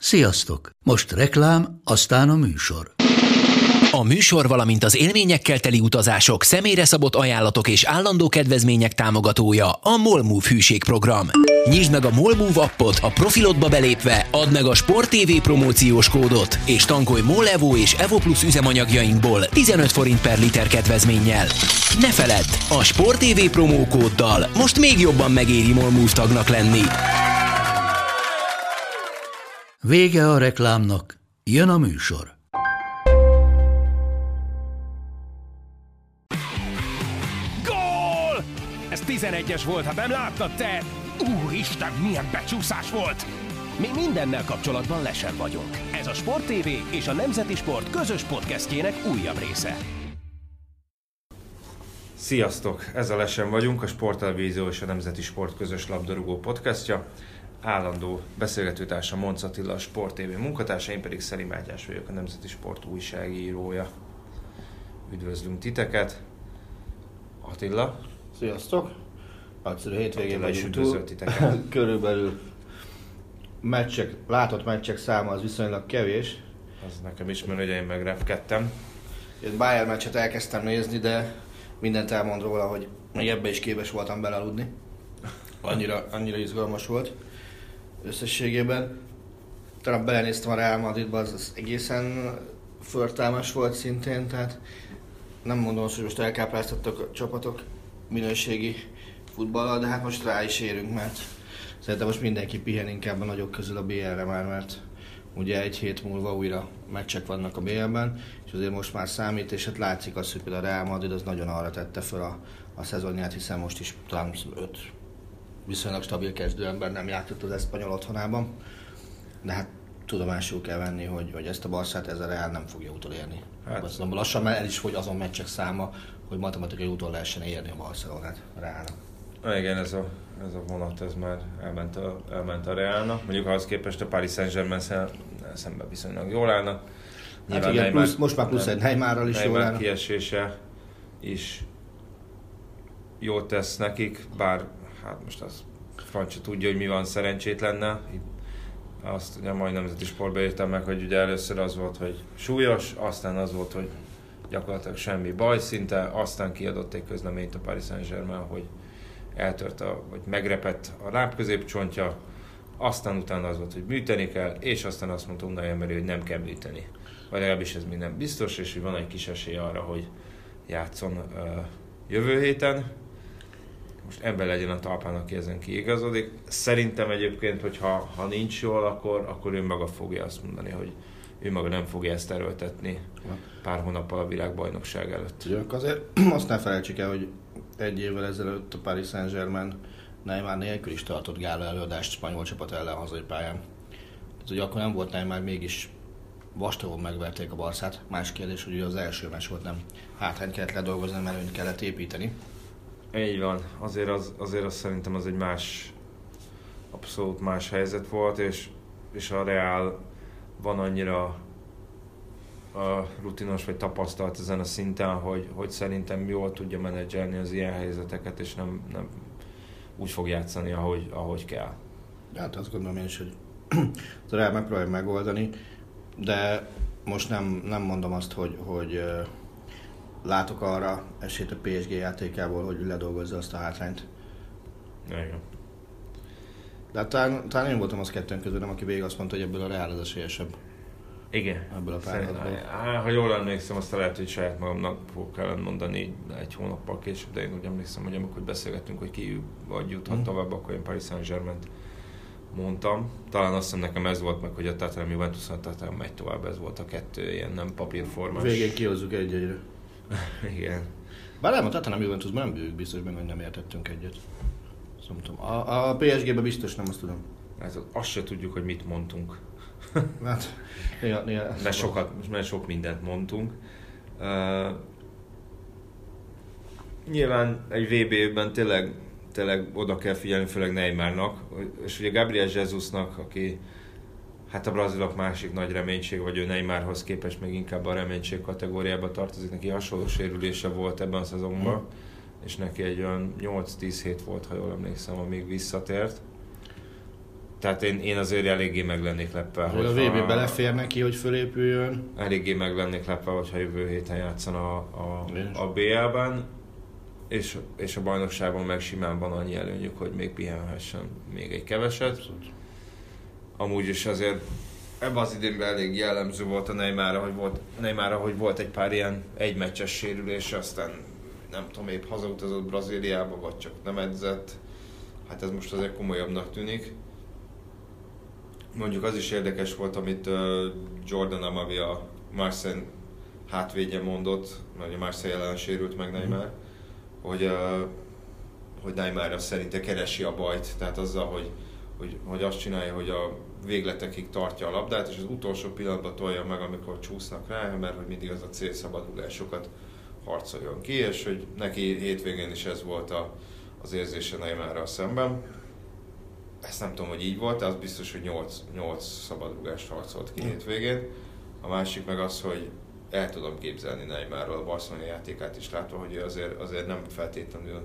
Sziasztok! Most reklám, aztán a műsor. A műsor, valamint az élményekkel teli utazások, személyre szabott ajánlatok és állandó kedvezmények támogatója a MOL Move hűségprogram. Nyisd meg a MOL Move appot, a profilodba belépve add meg a Sport TV promóciós kódot, és tankolj MOL Evo és Evo Plus üzemanyagjainkból 15 forint per liter kedvezménnyel. Ne feledd, a Sport TV promókóddal most még jobban megéri MOL Move tagnak lenni. Vége a reklámnak, jön a műsor. Gól! Ez 11-es volt, ha nem láttad te! Úristen, milyen becsúszás volt! Mi mindennel kapcsolatban lesen vagyunk. Ez a Sport TV és a Nemzeti Sport közös podcastjének újabb része. Sziasztok! Ez a Lesen vagyunk, a Sporttelevízió és a Nemzeti Sport közös labdarúgó podcastja. Állandó beszélgetőtársa Monc Attila, a Sport TV munkatársa, én pedig Szeli Mátyás vagyok, a Nemzeti Sport újságírója. Üdvözlünk titeket! Attila. Sziasztok! Nagyszerű hétvégén vagyunk túl. Körülbelül látott meccsek száma az viszonylag kevés. Az nekem is, mert ugye én megrepkedtem. Én Bayern meccset elkezdtem nézni, de mindent elmond róla, hogy még ebbe is képes voltam belaludni. Annyira izgalmas volt összességében. Talán belenéztem a Real Madridba, az egészen förtelmes volt szintén, tehát nem mondom azt, hogy most elkápráztattak a csapatok minőségi futballal, de hát most rá is érünk, mert szerintem most mindenki pihen inkább a nagyok közül a BL-re már, mert ugye egy hét múlva újra meccsek vannak a BL-ben, és azért most már számít, és hát látszik az, hogy például a Real Madrid az nagyon arra tette fel a szezonját, hiszen most is talán 5 viszonylag stabil kezdőember nem játszott az Espanyol otthonában, de hát tudomásul kell venni, hogy ezt a Barszát ez a Real nem fogja utolérni. Hát. Azt mondom, lassan már el is fogy azon meccsek száma, hogy matematikai úton lehessen érni a Barcelonát a Realnak. Igen, ez a vonat ez már elment a Realnak. Mondjuk ahhoz képest a Paris Saint-Germain szemben viszonylag jól állnak. Hát igen, most már plusz egy Neymarral is jól állnak. Kiesése is jót tesz nekik, bár hát most az francia tudja, hogy mi van szerencsétlenne. Azt ugye majd Nemzeti Sportba írtam meg, hogy ugye először az volt, hogy súlyos, aztán az volt, hogy gyakorlatilag semmi baj szinte, aztán kiadott egy közleményt a Paris Saint-Germain, hogy vagy megrepett a lábközépcsontja, aztán utána az volt, hogy műteni kell, és aztán azt mondta Unai Emery, hogy nem kell műteni. Vagy legalábbis ez minden biztos, és hogy van egy kis esély arra, hogy játszon jövő héten. Most ember legyen a talpán, aki ezen kiigazodik. Szerintem egyébként, hogy ha nincs jól, akkor ő maga fogja azt mondani, hogy ő maga nem fogja ezt erőltetni pár hónappal a világbajnokság előtt. Jönk azért azt ne felejtsük el, hogy egy évvel ezelőtt a Paris Saint-Germain Neymar nélkül is tartott gála előadást spanyol csapat ellen hazai pályán. Tehát, hogy akkor nem volt Neymar, mégis vastagon megverték a Barszát. Más kérdés, hogy az első meccs volt, nem hátrányt kellett ledolgozni, mert előnyt kellett építeni. Így van, azért az szerintem az egy abszolút más helyzet volt, és a Real van annyira rutinos vagy tapasztalt ezen a szinten, hogy szerintem jól tudja menedzselni az ilyen helyzeteket, és nem úgy fog játszani, ahogy kell. Hát azt gondolom én is, hogy a Real megpróbálja megoldani, de most nem mondom azt, hogy látok arra esélyt a PSG játékából, hogy ledolgozza azt a hátrányt. Igen. De talán én voltam az kettőn közül, nem, aki végig azt mondta, hogy ebből a Real az esélyesebb. Igen. Ebből a pályázatból. Ha jól emlékszem, azt lehet, hogy saját magamnak kellene mondani egy hónappal később, de én úgy emlékszem, hogy amikor beszélgettünk, hogy ki vagy juthat tovább, akkor én Paris Saint-Germaint mondtam. Talán azt hiszem nekem ez volt meg, hogy a Tottenham Juventus megy tovább, ez volt a kettő ilyen nem papírformás. Végén kihozzuk egy-egyre. Igen. Bár nem, a Tottenham Juventusban nem vagyok biztos benne, hogy nem értettünk egyet. Szóval a PSG-ben biztos nem, azt tudom. Azt se tudjuk, hogy mit mondtunk. Hát, néha mert sok mindent mondtunk. Nyilván egy VB-ben tényleg oda kell figyelni, főleg Neymarnak, és ugye Gabriel Jesusnak, aki hát a brazilok másik nagy reménység, vagy ő Neymarhoz képest még inkább a reménység kategóriába tartozik, neki hasonló sérülése volt ebben a szezonban, és neki egy olyan 8-10 hét volt, ha jól emlékszem, amíg visszatért. Tehát én azért eléggé meg lennék lepve. Hogy a VB belefér neki, hogy fölépüljön. Eléggé meg lennék lepve, hogyha jövő héten játszana a BL-ben. És a bajnokságban meg simán van annyi előnyük, hogy még pihenhessen még egy keveset. Amúgy is azért ebben az idénben elég jellemző volt a Neymarra, hogy volt egy pár ilyen egymeccses sérülés, aztán nem tudom, épp hazautazott Brazíliába, vagy csak nem edzett. Hát ez most azért komolyabbnak tűnik. Mondjuk az is érdekes volt, amit Jordan Amavi, a Marseille hátvédje mondott, mert a Marseille ellen sérült meg Neymar, hogy Neymar szerinte keresi a bajt, tehát azzal, hogy azt csinálja, hogy a végletekig tartja a labdát, és az utolsó pillanatban tolja meg, amikor csúsznak rá, mert hogy mindig az a cél szabadulásokat harcoljon ki, és hogy neki hétvégén is ez volt az érzése Neymarral szemben. Ezt nem tudom, hogy így volt, de az biztos, hogy 8 szabadrugást harcolt ki hétvégén. A másik meg az, hogy el tudom képzelni Neymarról a Barcelona játékát is látva, hogy ő azért nem feltétlenül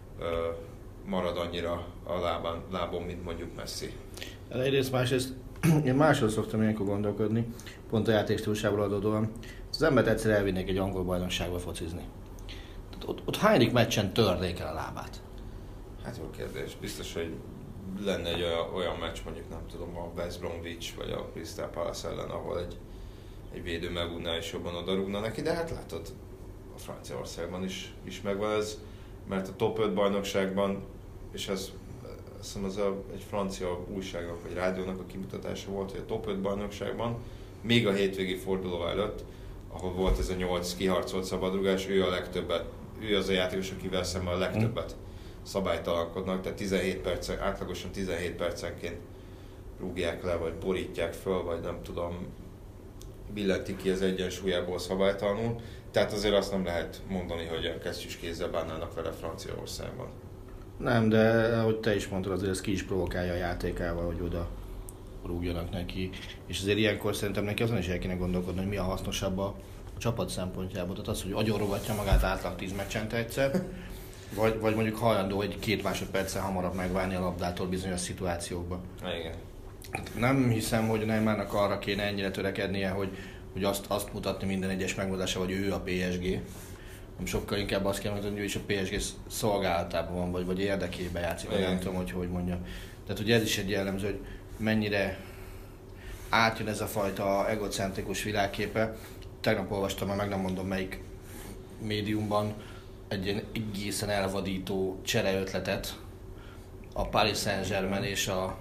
marad annyira a lábon, mint mondjuk Messi. Egyrészt, másrészt én másról szoktam ilyenkor gondolkodni, pont a játékstílusából adódóan. Az embert egyszer elvinnék egy angol bajnokságba focizni. Ott hányadik meccsen törnék el a lábát? Hát jó kérdés. Biztos, hogy lenne egy olyan meccs, mondjuk nem tudom, a West Bromwich vagy a Crystal Palace ellen, ahol egy védő megúdná és jobban odarúgna neki, de hát látod, a Franciaországban is megvan ez, mert a top 5 bajnokságban, és ez egy francia újságnak vagy rádiónak a kimutatása volt, hogy a top 5 bajnokságban, még a hétvégi forduló előtt, ahol volt ez a 8 kiharcolt szabadrugás, ő az a játékos, akivel szemben a legtöbbet szabálytalankodnak, tehát átlagosan 17 percenként rúgják le, vagy borítják föl, vagy nem tudom, billentik ki az egyensúlyából szabálytalanul. Tehát azért azt nem lehet mondani, hogy olyan kesztyűs kézzel bánnának vele Franciaországban. Nem, de ahogy te is mondtad, azért ez ki is provokálja a játékával, hogy oda rúgjanak neki. És azért ilyenkor szerintem neki azon is el kéne gondolkodni, hogy mi a hasznosabb a csapat szempontjából. Tehát az, hogy agyonrogatja magát átlag 10 meccsente egyszer, vagy mondjuk hajlandó egy 2 másodperccel hamarabb megválni a labdától bizonyos szituációkban. Igen. Nem hiszem, hogy Neymarnak arra kéne ennyire törekednie, hogy azt mutatni minden egyes megmozdása, hogy ő a PSG. Sokkal inkább azt kell mondani, hogy ő is a PSG szolgálatában van, vagy érdekében játszik, vagy nem tudom, hogy mondjam. Tehát ugye ez is egy jellemző, hogy mennyire átjön ez a fajta egocentrikus világképe. Tegnap olvastam, meg nem mondom melyik médiumban, egy ilyen egészen elvadító csereötletet a Paris Saint-Germain és a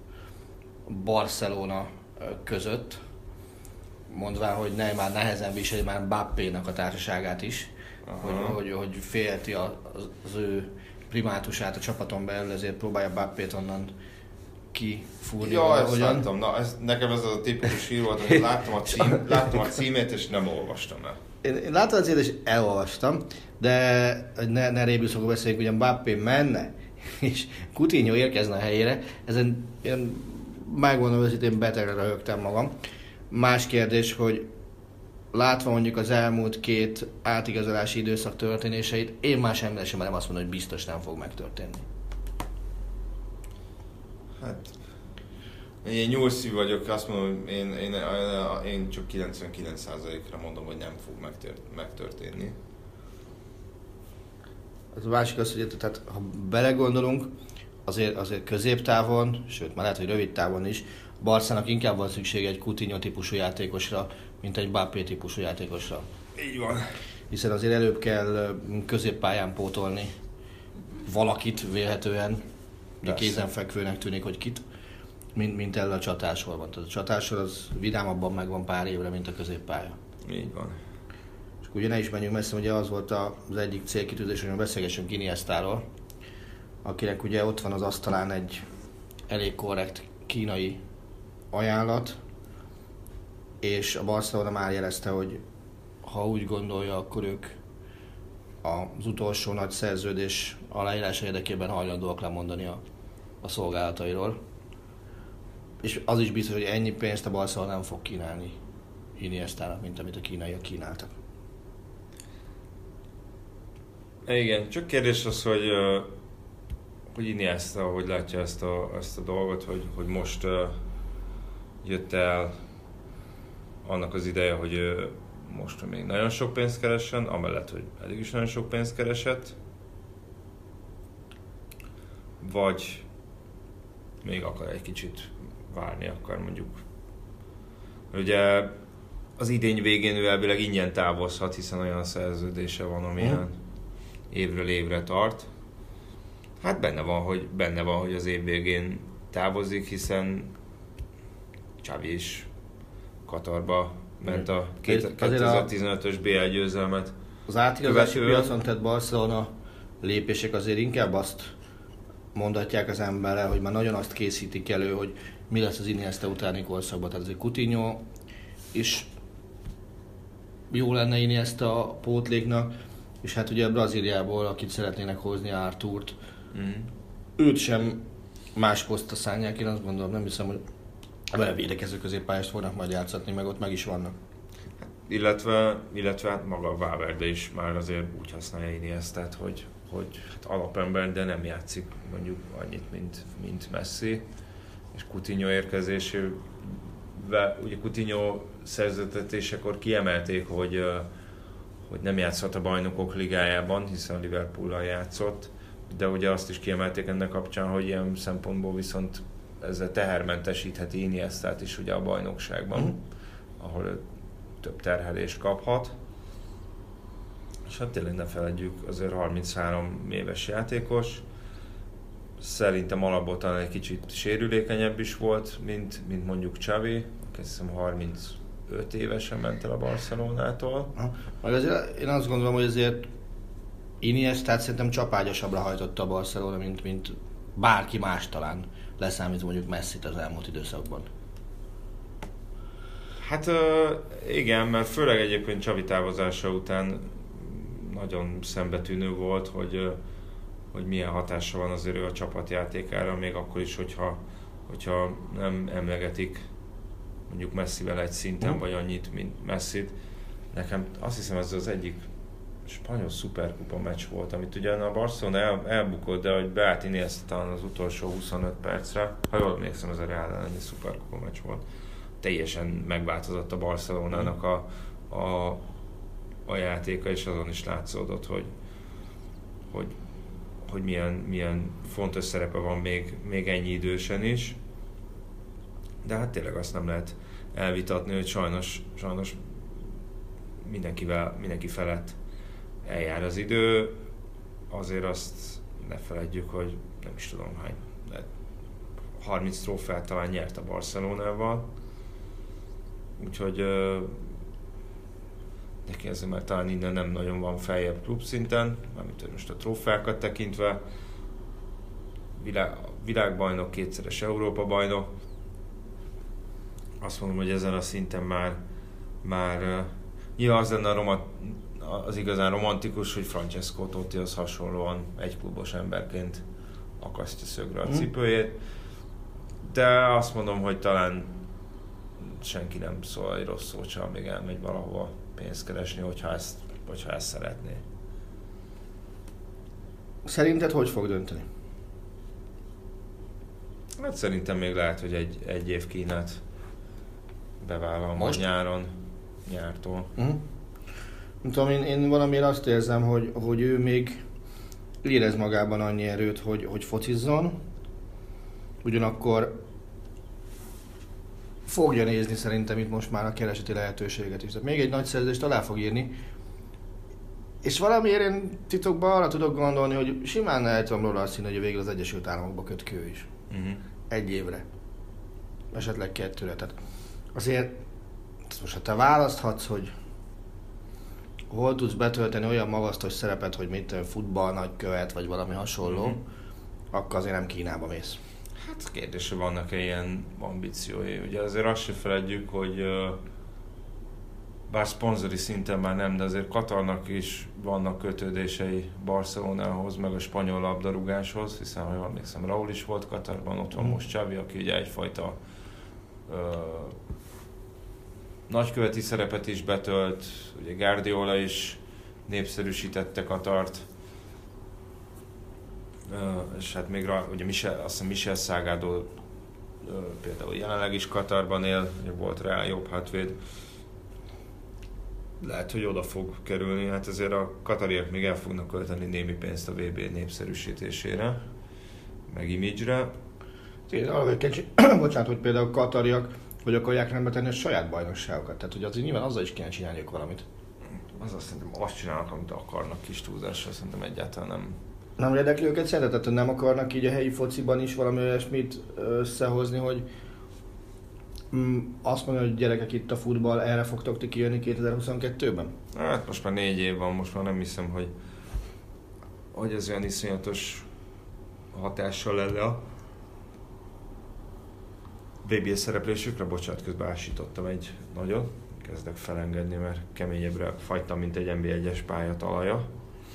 Barcelona között, mondván, hogy Neymar nehezen viseli már Mbappénak a társaságát is, hogy félti az ő primátusát a csapaton belül, ezért próbálja Mbappét onnan kifúrni. Ja, ezt láttam. Nekem ez az a tipikus hír volt, hogy láttam a címét és nem olvastam el. Én láttam a címét és elolvastam, de ne rébuszokról beszéljünk, ugye Mbappé menne, és Coutinho érkezne a helyére, ezen én megmondom őszintén betegre röhögtem magam. Más kérdés, hogy látva mondjuk az elmúlt 2 átigazolási időszak történéseit, én már semmi sem merem azt mondani, hogy biztos nem fog megtörténni. Hát, én nyúlszív vagyok, azt mondom, hogy én csak 99%-ra mondom, hogy nem fog megtörténni. Az a másik az, hogy tehát, ha belegondolunk, azért középtávon, sőt már lehet, hogy rövid távon is, Barszának inkább van szüksége egy Coutinho típusú játékosra, mint egy Mbappé típusú játékosra. Így van. Hiszen azért előbb kell középpályán pótolni valakit vélhetően, de kézenfekvőnek tűnik, hogy kit, mint elő a csatássorban. Tehát a csatássor az vidámabban megvan pár évre, mint a középpálya. Így van. És ugye ne is menjünk messze, ugye az volt az egyik célkitűzés, hogy beszélgessünk Iniestáról, akinek ugye ott van az asztalán egy elég korrekt kínai ajánlat, és a Barcelona már jelezte, hogy ha úgy gondolja, akkor ők az utolsó nagy szerződés aláírása érdekében hajlandóak lemondani a szolgálatairól. És az is biztos, hogy ennyi pénzt a Barcelona nem fog kínálni Iniestának, mint amit a kínaiak kínáltak. Igen, csak kérdés az, Iniesta, hogy látja ezt a dolgot, hogy most jött el annak az ideje, hogy most még nagyon sok pénzt keressen, amellett, hogy eddig is nagyon sok pénzt keresett, vagy még akar egy kicsit várni, akar mondjuk. Ugye az idény végén ő elvileg ingyen távozhat, hiszen olyan szerződése van, amilyen évről évre tart. Hát benne van, hogy az év végén távozik, hiszen Xavi is Katarba ment a 2015-ös BL győzelmet. Az átigazási piacon tett Barcelona lépések azért inkább azt mondatják az emberre, hogy már nagyon azt készítik elő, hogy mi lesz az Iniesta utáni korszakban. Tehát azért Coutinho is jó lenne Iniesta a pótléknak, és hát ugye Brazíliából, akit szeretnének hozni, Arturt, őt sem más posztra szánják, én azt gondolom, nem hiszem, hogy vele védekező középpályást fognak majd játszatni, meg ott meg is vannak. Illetve maga a Valverde is már azért úgy használja Iniestát, hogy hát alapember, de nem játszik mondjuk annyit, mint Messi. És Coutinho érkezésével, ugye Coutinho szerződtetésekor kiemelték, hogy nem játszhat a Bajnokok Ligájában, hiszen a Liverpoollal játszott, de ugye azt is kiemelték ennek kapcsán, hogy ilyen szempontból viszont ezzel tehermentesítheti Iniestát is ugye a bajnokságban, ahol ő több terhelést kaphat. És hát tényleg ne feledjük, azért 33 éves játékos. Szerintem alapból talán egy kicsit sérülékenyebb is volt, mint mondjuk Xavi, aki azt hiszem 35 évesen ment el a Barcelonától. Meg azért én azt gondolom, hogy azért Iniestát szerintem csapágyasabbra hajtotta a Barcelona, mint bárki más talán, leszámítva mondjuk Messit az elmúlt időszakban. Hát igen, mert főleg egyébként Xavi távozása után nagyon szembetűnő volt, hogy milyen hatása van azért ő a csapatjátékára, még akkor is, hogyha nem emlegetik mondjuk Messivel egy szinten, vagy annyit, mint Messit. Nekem azt hiszem, ez az egyik spanyol szuperkupa meccs volt, amit ugye a Barcelona elbukott, de hogy beállt Iniesta talán az utolsó 25 percre. Ha jól emlékszem, ez a Real elleni szuperkupa meccs volt. Teljesen megváltozott a Barcelonának a játéka, és azon is látszódott, hogy milyen fontos szerepe van még ennyi idősen is. De hát tényleg azt nem lehet elvitatni, hogy sajnos mindenki felett eljár az idő. Azért azt ne feledjük, hogy nem is tudom hány, de 30 trófeát talán nyert a Barcelonával. Úgyhogy neki ezzel már talán innen nem nagyon van feljebb klubszinten, mármint most a trófeákat tekintve. Világbajnok, kétszeres Európa-bajnok. Azt mondom, hogy ezen a szinten már nyilván az lenne az igazán romantikus, hogy Francesco Tottihoz hasonlóan egyklubos emberként akasztja szögre a cipőjét. De azt mondom, hogy talán senki nem szól egy rossz szót sem, amíg elmegy valahova pénzt keresni, hogyha ezt szeretné. Szerinted hogy fog dönteni? Hát szerintem még lehet, hogy egy év Kínát bevállal most nyártól. Nem tudom, én valamiért azt érzem, hogy ő még érez magában annyi erőt, hogy focizzon, ugyanakkor fogja nézni szerintem itt most már a kereseti lehetőséget is. Tehát még egy nagy szerződést alá fog írni, és valamiért én titokban arra tudok gondolni, hogy simán el tudom róla azt hinni, hogy végül az Egyesült Államokba köt ki ő is. Egy évre. Esetleg 2-re. Tehát azért most ha te választhatsz, hogy hol tudsz betölteni olyan magasztos szerepet, hogy mit futball nagykövet, vagy valami hasonló, akkor azért nem Kínába mész. Hát kérdés, hogy vannak-e ilyen ambíciói. Ugye azért azt se feledjük, hogy bár szponzori szinten már nem, de azért Katarnak is vannak kötődései Barcelonához, meg a spanyol labdarúgáshoz, hiszen ha jól emlékszem, Raúl is volt Katarban, ott van most Xavi, aki ugye egyfajta nagyköveti szerepet is betölt, ugye Guardiola is népszerűsítette Katart. És hát még ugye azt hiszem Michel Salgado például jelenleg is Katarban él, volt rá jobb hátvéd. Lehet, hogy oda fog kerülni, hát azért a katariak még el fognak költeni némi pénzt a VB népszerűsítésére, meg image-re. Bocsánat, hogy például a katariak hogy akarják rendbe tenni a saját bajnokságokat. Tehát, hogy azért nyilván azzal is kéne csinálniuk valamit. Az azt szerintem azt csinálnak, amit akarnak kis túlzásra, szerintem egyáltalán nem. Nem érdekli őket szeretett, hogy nem akarnak így a helyi fociban is valami olyasmit összehozni, hogy azt mondani, hogy gyerekek, itt a futball, erre fogtok ti kijönni 2022-ben? Hát most már 4 év van, most már nem hiszem, hogy ez olyan iszonyatos hatással lenne a VB szereplésükre. Bocsánat, közben ásítottam egy nagyot, kezdek felengedni, mert keményebbre fagytam, mint egy NB1-es pálya talaja.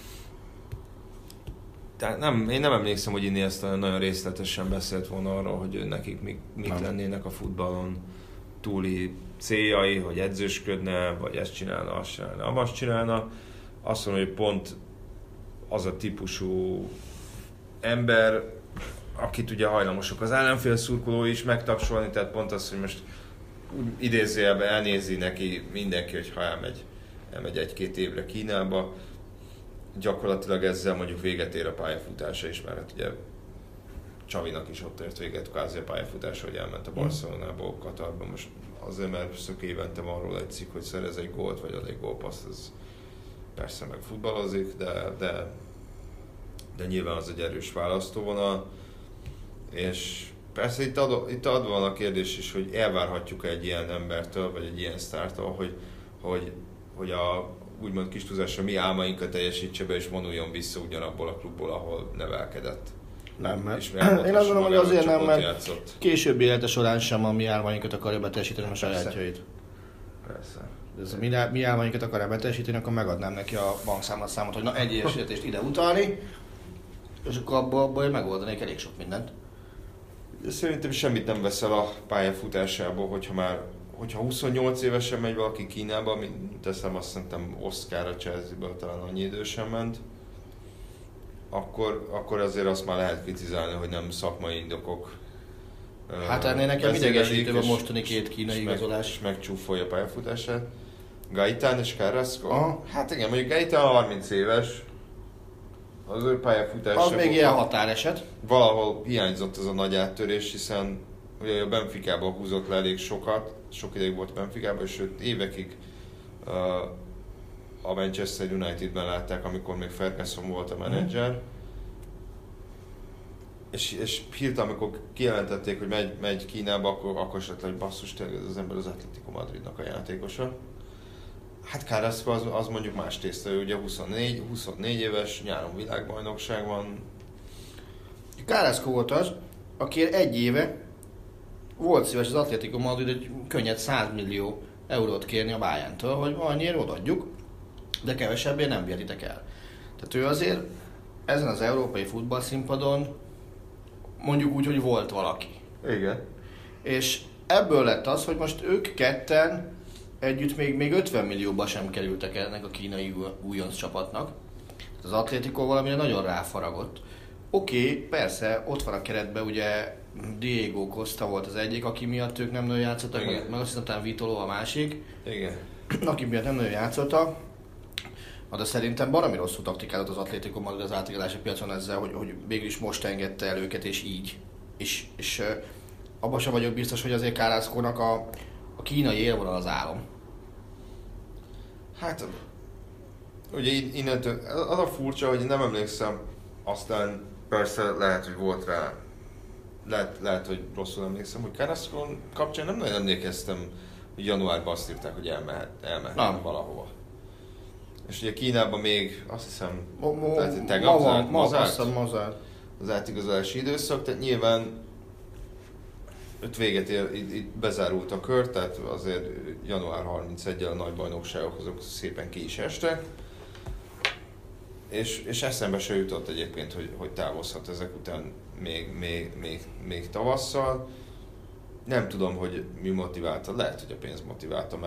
Tehát én nem emlékszem, hogy Iniesta nagyon részletesen beszélt volna arról, hogy nekik mik lennének a futballon túli céljai, hogy edzősködne, vagy ezt csinálna, azt csinálna. Azt mondom, hogy pont az a típusú ember, akit ugye hajlamosok az ellenfél szurkolói is megtapsolni, tehát pont az, hogy most idézőjelben elnézi neki mindenki, hogy ha elmegy 1-2 évre Kínába, gyakorlatilag ezzel mondjuk véget ér a pályafutása is, mert hát ugye Csavinak is ott ért véget kvázi a pályafutása, hogy elment a Barcelonából Katarba. Most azért, mert szök évente van róla egy cikk, hogy szerez egy gólt, vagy ad egy gólpaszt, ez persze meg futballozik, de nyilván az egy erős választóvonal. És persze itt adva van a kérdés is, hogy elvárhatjuk egy ilyen embertől, vagy egy ilyen sztártól, hogy a úgymond kis túlzásra mi álmainkat teljesítse be, és vonuljon vissza ugyanabból a klubból, ahol nevelkedett. Nem, mert én azt gondolom, hogy azért nem, mert játszott. Későbbi élete során sem a mi álmainkat akarja beteljesíteni a sajátjait. Persze. Ez mi álmainkat akarja beteljesíteni, akkor megadnám neki a bankszámlaszámot, hogy na egy éves életést ide utalni, és akkor abból megoldanék elég sok mindent. Szerintem semmit nem veszel a pályafutásából, hogyha 28 évesen megy valaki Kínába, mint teszem, azt szerintem Oscar a Chelsea-ből talán annyi idősen ment, akkor azért azt már lehet kritizálni, hogy nem szakmai indokok. Hát ennél nekem idegesítőbb a mostani 2 kínai igazolás. És megcsúfolja a pályafutását. Gaitán és Carrasco? Hát igen, mondjuk Gaitán 30 éves, az ő pályafutása. Az még ilyen határeset. Valahol hiányzott az a nagy áttörés, hiszen ugye a Benficából húzott le elég sokat, sok ideig volt Benficában, és őt évekig a Manchester Unitedben látták, amikor még Ferguson volt a menedzser. És hirtelen, amikor kijelentették, hogy megy Kínába, akkor is lett, hogy basszus, tényleg az ember az Atletico Madridnak a játékosa. Hát Carrasco az mondjuk más tészta, ő ugye 24 éves, nyáron világbajnokság van. Carrasco volt az, aki 1 éve volt szíves az Atletico Madrid egy könnyed 100 millió eurót kérni a Bayerntől, hogy annyiért odaadjuk, de kevesebbé nem vihetitek el. Tehát ő azért ezen az európai futballszínpadon mondjuk úgy, hogy volt valaki. Igen. És ebből lett az, hogy most ők ketten együtt még 50 millióba sem kerültek ennek a kínai újonc csapatnak. Az Atletico valamire nagyon ráfaragott. Oké, persze, ott van a keretben ugye Diego Costa volt az egyik, aki miatt ők nem nagyon játszottak, meg azt hiszem talán Vitolo a másik. Igen. Aki miatt nem nagyon játszottak. De szerintem baromi rosszul taktikázott az Atletico Madrid az átigazási piacon ezzel, hogy végül is most engedte el őket, és így. És abban sem vagyok biztos, hogy azért Carrascónak a kínai élvonal az álom. Hát, ugye innentől, az a furcsa, hogy nem emlékszem, aztán persze lehet, hogy volt rá, lehet, hogy rosszul emlékszem, hogy Carrasco kapcsán nem nagyon emlékeztem, hogy januárban azt írták, hogy elmehet valahova. És ugye Kínában még azt hiszem, tegnap zárt az átigazolási időszak, tehát nyilván véget ér, itt bezárult a kör, tehát azért január 31-el a nagy bajnokságok azok szépen ki is estek. És eszembe se jutott egyébként, hogy távozhat ezek után még tavasszal. Nem tudom, hogy mi motiválta, lehet, hogy a pénz motiválta,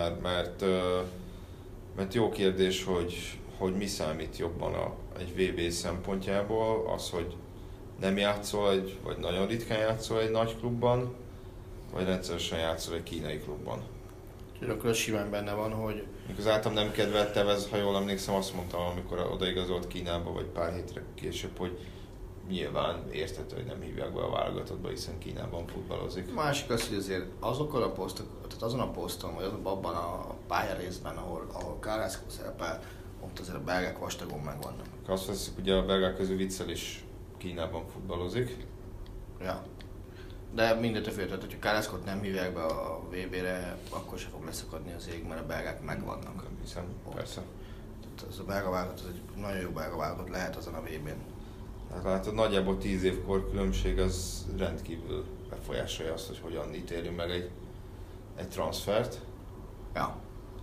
mert jó kérdés, hogy mi számít jobban egy VB szempontjából, az, hogy nem játszol vagy nagyon ritkán játszol egy nagy klubban, vagy rendszeresen játszol egy kínai klubban. Akkor simán benne van, hogy... Az általam nem kedvelt Tevez, ha jól emlékszem, azt mondtam, amikor odaigazolt Kínába, vagy pár hétre később, hogy nyilván érthető, hogy nem hívják be a válogatottba, hiszen Kínában futballozik. Másik az, hogy azért azokon a posztok, tehát azon a poszton, vagy abban a pályarészben, ahol Carrasco szerepel, ott azért a belgák vastagon megvannak. Azt veszik, ugye a belgák közül Witsel is Kínában futballozik. Ja. De mindentől féltett, hogyha Carrascot nem hívják be a VB-re, akkor se fog leszakadni az ég, mert a belgák megvannak. Hiszen, persze. Tehát az a belga válogatott, az egy nagyon jó belga válogatott lehet azon a VB-n. Hát látod, nagyjából 10 év korkülönbség az rendkívül befolyásolja azt, hogy hogyan ítélünk meg egy transfert. Ja.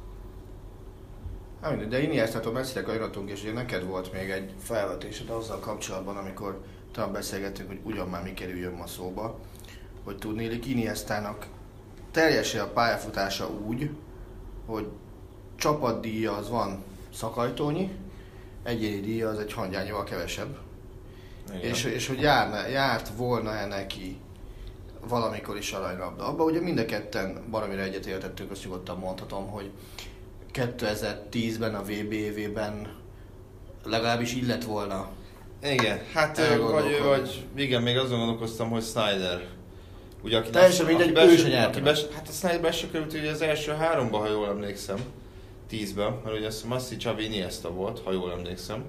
Hát mindegy, de Iniestától messzire kanyarodtunk, és ugye neked volt még egy felvetésed azzal kapcsolatban, amikor talán beszélgettünk, hogy ugyan már mi kerüljön ma szóba, hogy tudnélik Iniestának teljes a pályafutása úgy, hogy csapatdíja az van Szakajtónyi, egyéni díja az egy hangyányival kevesebb. És hogy járt volna-e neki valamikor is aranylabda. Abban ugye mind a ketten baromira egyetértettünk, azt nyugodtan mondhatom, hogy 2010-ben a VB évében legalábbis illett volna. Igen, hát vagy igen, még azon gondolkoztam, hogy Snyder. Ugye, aki teljesen mindegy, ő se nyert. Hát a Snyder be se került ugye az első 3-ba, ha jól emlékszem. 10-ben, mert ugye azt Massi, Xavi, Iniesta volt, ha jól emlékszem.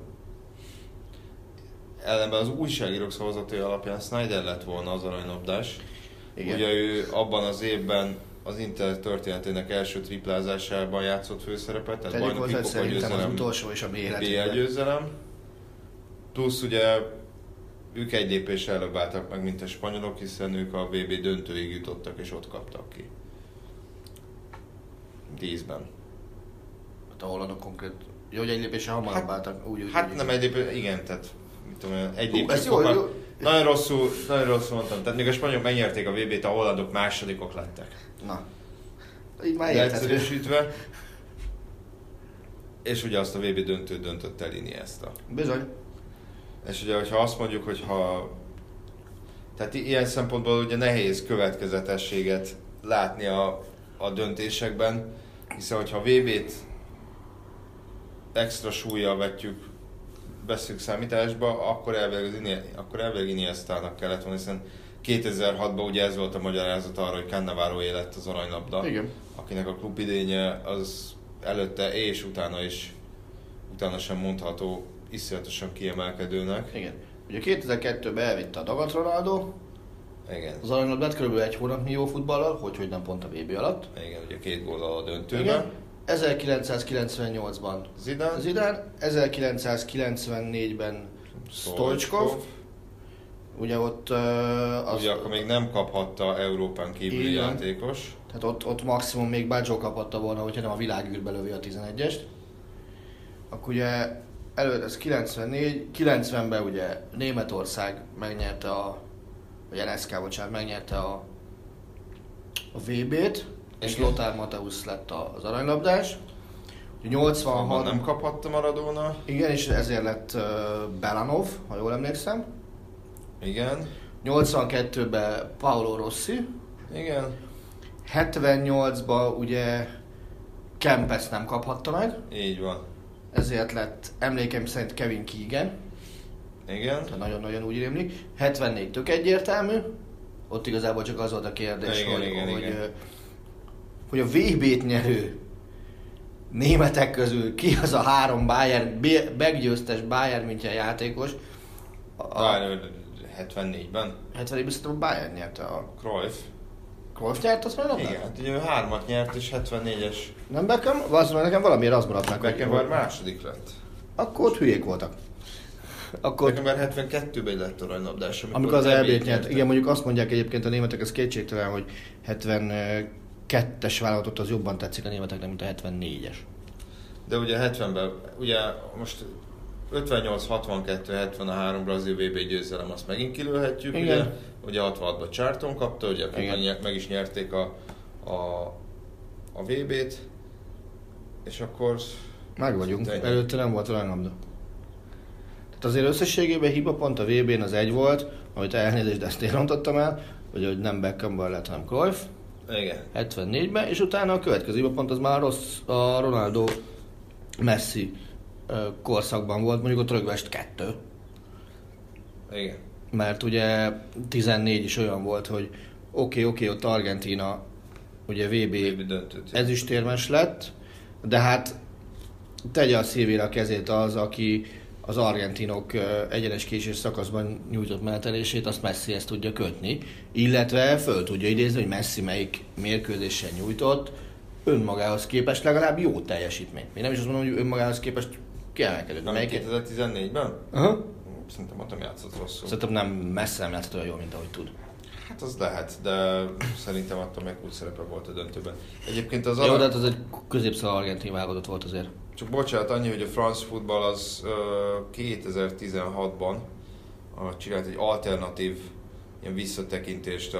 Ellenben az újságírók szavazatai alapján Snyder lett volna az aranylabdás. Ugye ő abban az évben az Inter történetének első triplázásában játszott főszerepet, tehát bajnoki kupa győzelem, az utolsó és a BL győzelem. Plusz ugye ők egy lépés előbb álltak meg, mint a spanyolok, hiszen ők a VB döntőig jutottak és ott kaptak ki. 10-ben. Hát a hollandok konkrét... Jó, hogy egy lépésre hamarabb álltak. Hát nem egy lépés, igen, tehát egy lépés fokkal. Nagyon rosszul mondtam. Tehát még a spanyolok megnyerték a VB-t, a hollandok másodikok lettek. Na. Így már érthető. És ugye azt a VB döntőt döntött el Iniesta. Bizony. És ugye, hogyha azt mondjuk, hogy tehát ilyen szempontból ugye nehéz következetességet látni a döntésekben, hiszen hogyha a VB-t extra súllyal veszük számításba, akkor elvileg Iniestának kellett volna, hiszen 2006-ban ugye ez volt a magyarázat arra, hogy Cannavaro lett az aranylabda, igen, akinek a klubidénye az előtte és utána sem mondható iszonyatosan kiemelkedőnek. Igen. Ugye 2002-ben elvitte a Dagat Ronaldo. Igen. Az aranylabdát kb. Egy hónapnyi jó futballal, hogy nem pont a VB alatt. Igen, ugye 2 góllal a döntőben. 1998-ban Zidane, 1994-ben Stoichkov. Ugye ott... ugye akkor még nem kaphatta Európán kívüli játékos. Tehát ott maximum még Baggio kaphatta volna, hogyha nem a világűrbe lövi a 11-est. Akkor ugye előtt ez 90-ben ugye Németország megnyerte vagy NSK, bocsánat, megnyerte a VB-t, és Lothar Matthäus lett az aranylabdás. 86-ban nem kaphatta Maradona. Igen, és ezért lett Belanov, ha jól emlékszem. Igen. 82-ben Paolo Rossi. Igen. 78-ban ugye Kempes nem kaphatta meg. Így van. Ezért lett emlékeim szerint Kevin Keegan. Igen. Tehát nagyon-nagyon úgy rémlik. 74 tök egyértelmű. Ott igazából csak az volt a kérdés, hogy a VB-t nyerő németek közül ki az a 3 meggyőztes Bayern München játékos. 74-ben? 74-ben szerintem a Bayern nyerte a... Cruyff nyert azt már? Igen, hát ugye ő 3-at nyert és 74-es. Nem Beckham? Nekem valamiért az maradt meg. Beckham már második lett. Akkor ott hülyék voltak. Beckham már 72-ben lett aranylabdás. Amikor az EB-t nyert. Igen, mondjuk azt mondják egyébként a németek, ez kétségtelen, hogy 72-es válogatott az jobban tetszik a németeknek, mint a 74-es. De ugye 70-ben, ugye most 58-62-73 brazil VB győzelem, azt megint kilőhetjük. Ugye 66-ban Charlton kapta, ugye meg is nyerték a VB-t, és akkor... Meg vagyunk, előtte nem volt aranylabda. Tehát azért összességében hibapont a VB-n az 1 volt, amit elnézést, de ezt én rontottam el, hogy nem Beckenbauer lett, hanem Cruyff. Igen. 74-ben, és utána a következő pont az már a Ronaldo Messi korszakban volt, mondjuk ott rögvest 2. Igen. Mert ugye 14 is olyan volt, hogy oké, ott Argentína ugye VB ezüstérmes lett, de hát tegye a szívére a kezét az, aki az argentinok egyenes késés szakaszban nyújtott menetelését, azt Messihez tudja kötni, illetve föl tudja idézni, hogy Messi melyik mérkőzésen nyújtott, önmagához képest legalább jó teljesítmény. Én nem is azt mondom, hogy önmagához képest kiemelkedett. Nem 2014-ben? Aha. Szerintem ott nem játszott rosszul. Szerintem nem messze nem játszott olyan jól, mint ahogy tud. Hát az lehet, de szerintem attól meg úgy szerepe volt a döntőben. Egyébként az Jó, de hát az egy középszal argentin válogatott volt azért. Csak bocsánat, annyi, hogy a France Football az 2016-ban csinált egy alternatív ilyen visszatekintést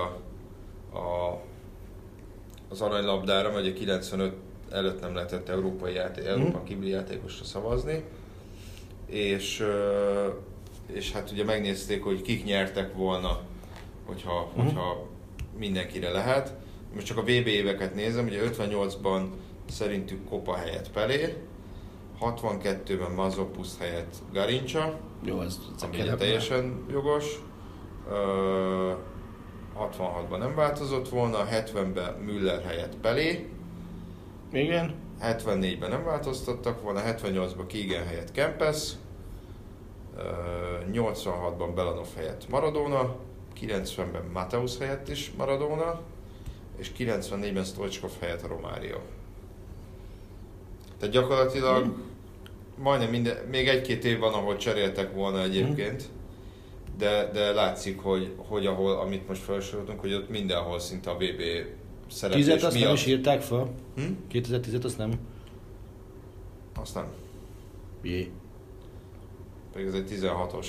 az aranylabdára, vagy a 95 előtt nem lehetett Európán kívüli játékosra szavazni, és hát ugye megnézték, hogy kik nyertek volna, hogyha mindenkire lehet. Most csak a VB éveket nézem, ugye 58-ban szerintük Kopa helyett Pelé, 62-ben Mazopus helyett Garincha, jó, ez ami teljesen jogos. 66-ban nem változott volna, 70-ben Müller helyett Pelé. Igen. 74-ben nem változtattak volna, 78-ban Keegan helyett Kempes, 86-ban Belanov helyett Maradona, 90-ben Mateusz helyett is Maradona, és 94-ben Stoichkov helyett Romário. Tehát gyakorlatilag majdnem minden, még 1-2 év van, ahol cseréltek volna egyébként, de látszik, hogy ahol, amit most felsoroltunk, hogy ott mindenhol szinte a VB szereplés miatt. 10-et azt nem is írták fel? 2010-et azt nem? Azt nem. Jé. Pedig ez egy 16-os.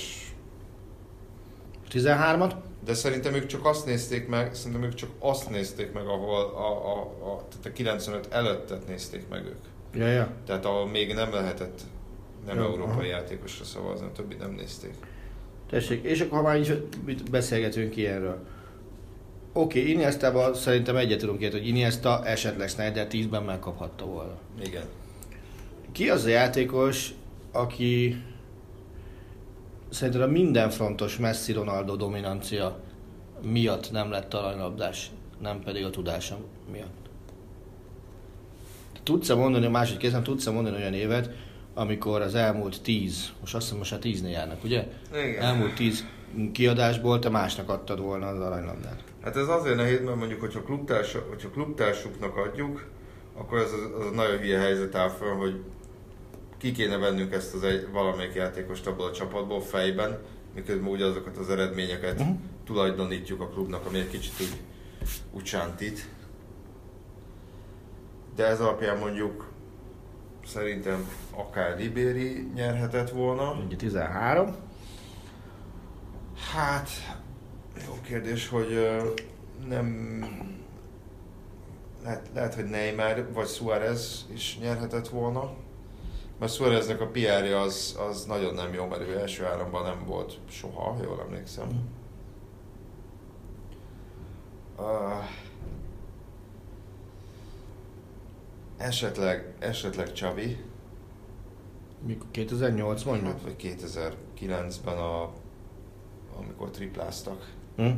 13-at? De szerintem ők csak azt nézték meg, ahol tehát a 95 előttet nézték meg ők. Ja. Tehát ahol még nem lehetett európai játékosra szavazni, a többi nem nézték. Tessék, és akkor ha már így beszélgetünk ilyenről. Oké, Iniestában szerintem egyet tudunk érteni, hogy Iniesta esetleg Snyder 10-ben megkaphatta volna. Igen. Ki az a játékos, aki szerintem a minden frontos Messi-Ronaldo dominancia miatt nem lett aranylabdás, nem pedig a tudása miatt? Tudsz-e mondani, a másik kézen tudsz-e mondani olyan évet, amikor az elmúlt 10, most azt hiszem most már 10-nél járnak, ugye? Igen. Elmúlt 10 kiadásból te másnak adtad volna az aranylabdát. Hát ez azért nehéz, mert mondjuk, hogyha klubtársuknak adjuk, akkor ez az nagyon hülye helyzet áll föl, hogy ki kéne vennünk ezt valamelyik játékost abból a csapatból fejben, miközben ugye azokat az eredményeket tulajdonítjuk a klubnak, ami egy kicsit úgy sántít. De ez alapján mondjuk szerintem akár Ribéry nyerhetett volna. Ugye 13. Hát, jó kérdés, hogy nem... Lehet, hogy Neymar vagy Suárez is nyerhetett volna. Mert Suáreznek a PR-ja az nagyon nem jó, mert ő első áramban nem volt soha, jól emlékszem. Esetleg Xavi. Mikor 2008 mondjuk? Hát, vagy 2009-ben, amikor tripláztak.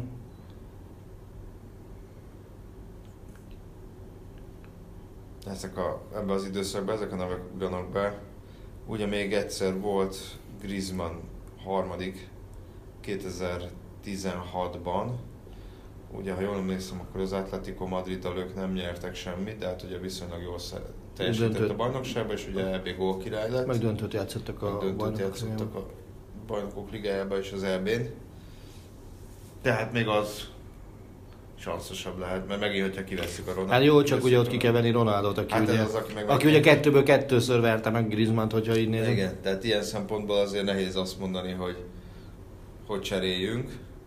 Ebben az időszakban ezek a nevek ugranak be. Ugye még egyszer volt Griezmann harmadik 2016-ban. Ugye, ha jól emlékszem, akkor az Atletico Madriddal ők nem nyertek semmit, de hát ugye viszonylag jól teljesített a bajnokságban, és ugye EB gólkirály lett. Megdöntőt játszottak a Bajnokok Ligájában és az EB-n. Tehát még az sanszosabb lehet, mert megint, hogyha kivesszük a Ronaldot. Hát jó, csak ugye ott ki kell venni Ronaldot, aki, hát ugye, aki ugye 2-ből 2-ször verte meg Griezmannt, hogyha így nézem. Igen, tehát ilyen szempontból azért nehéz azt mondani, hogy cseréljünk.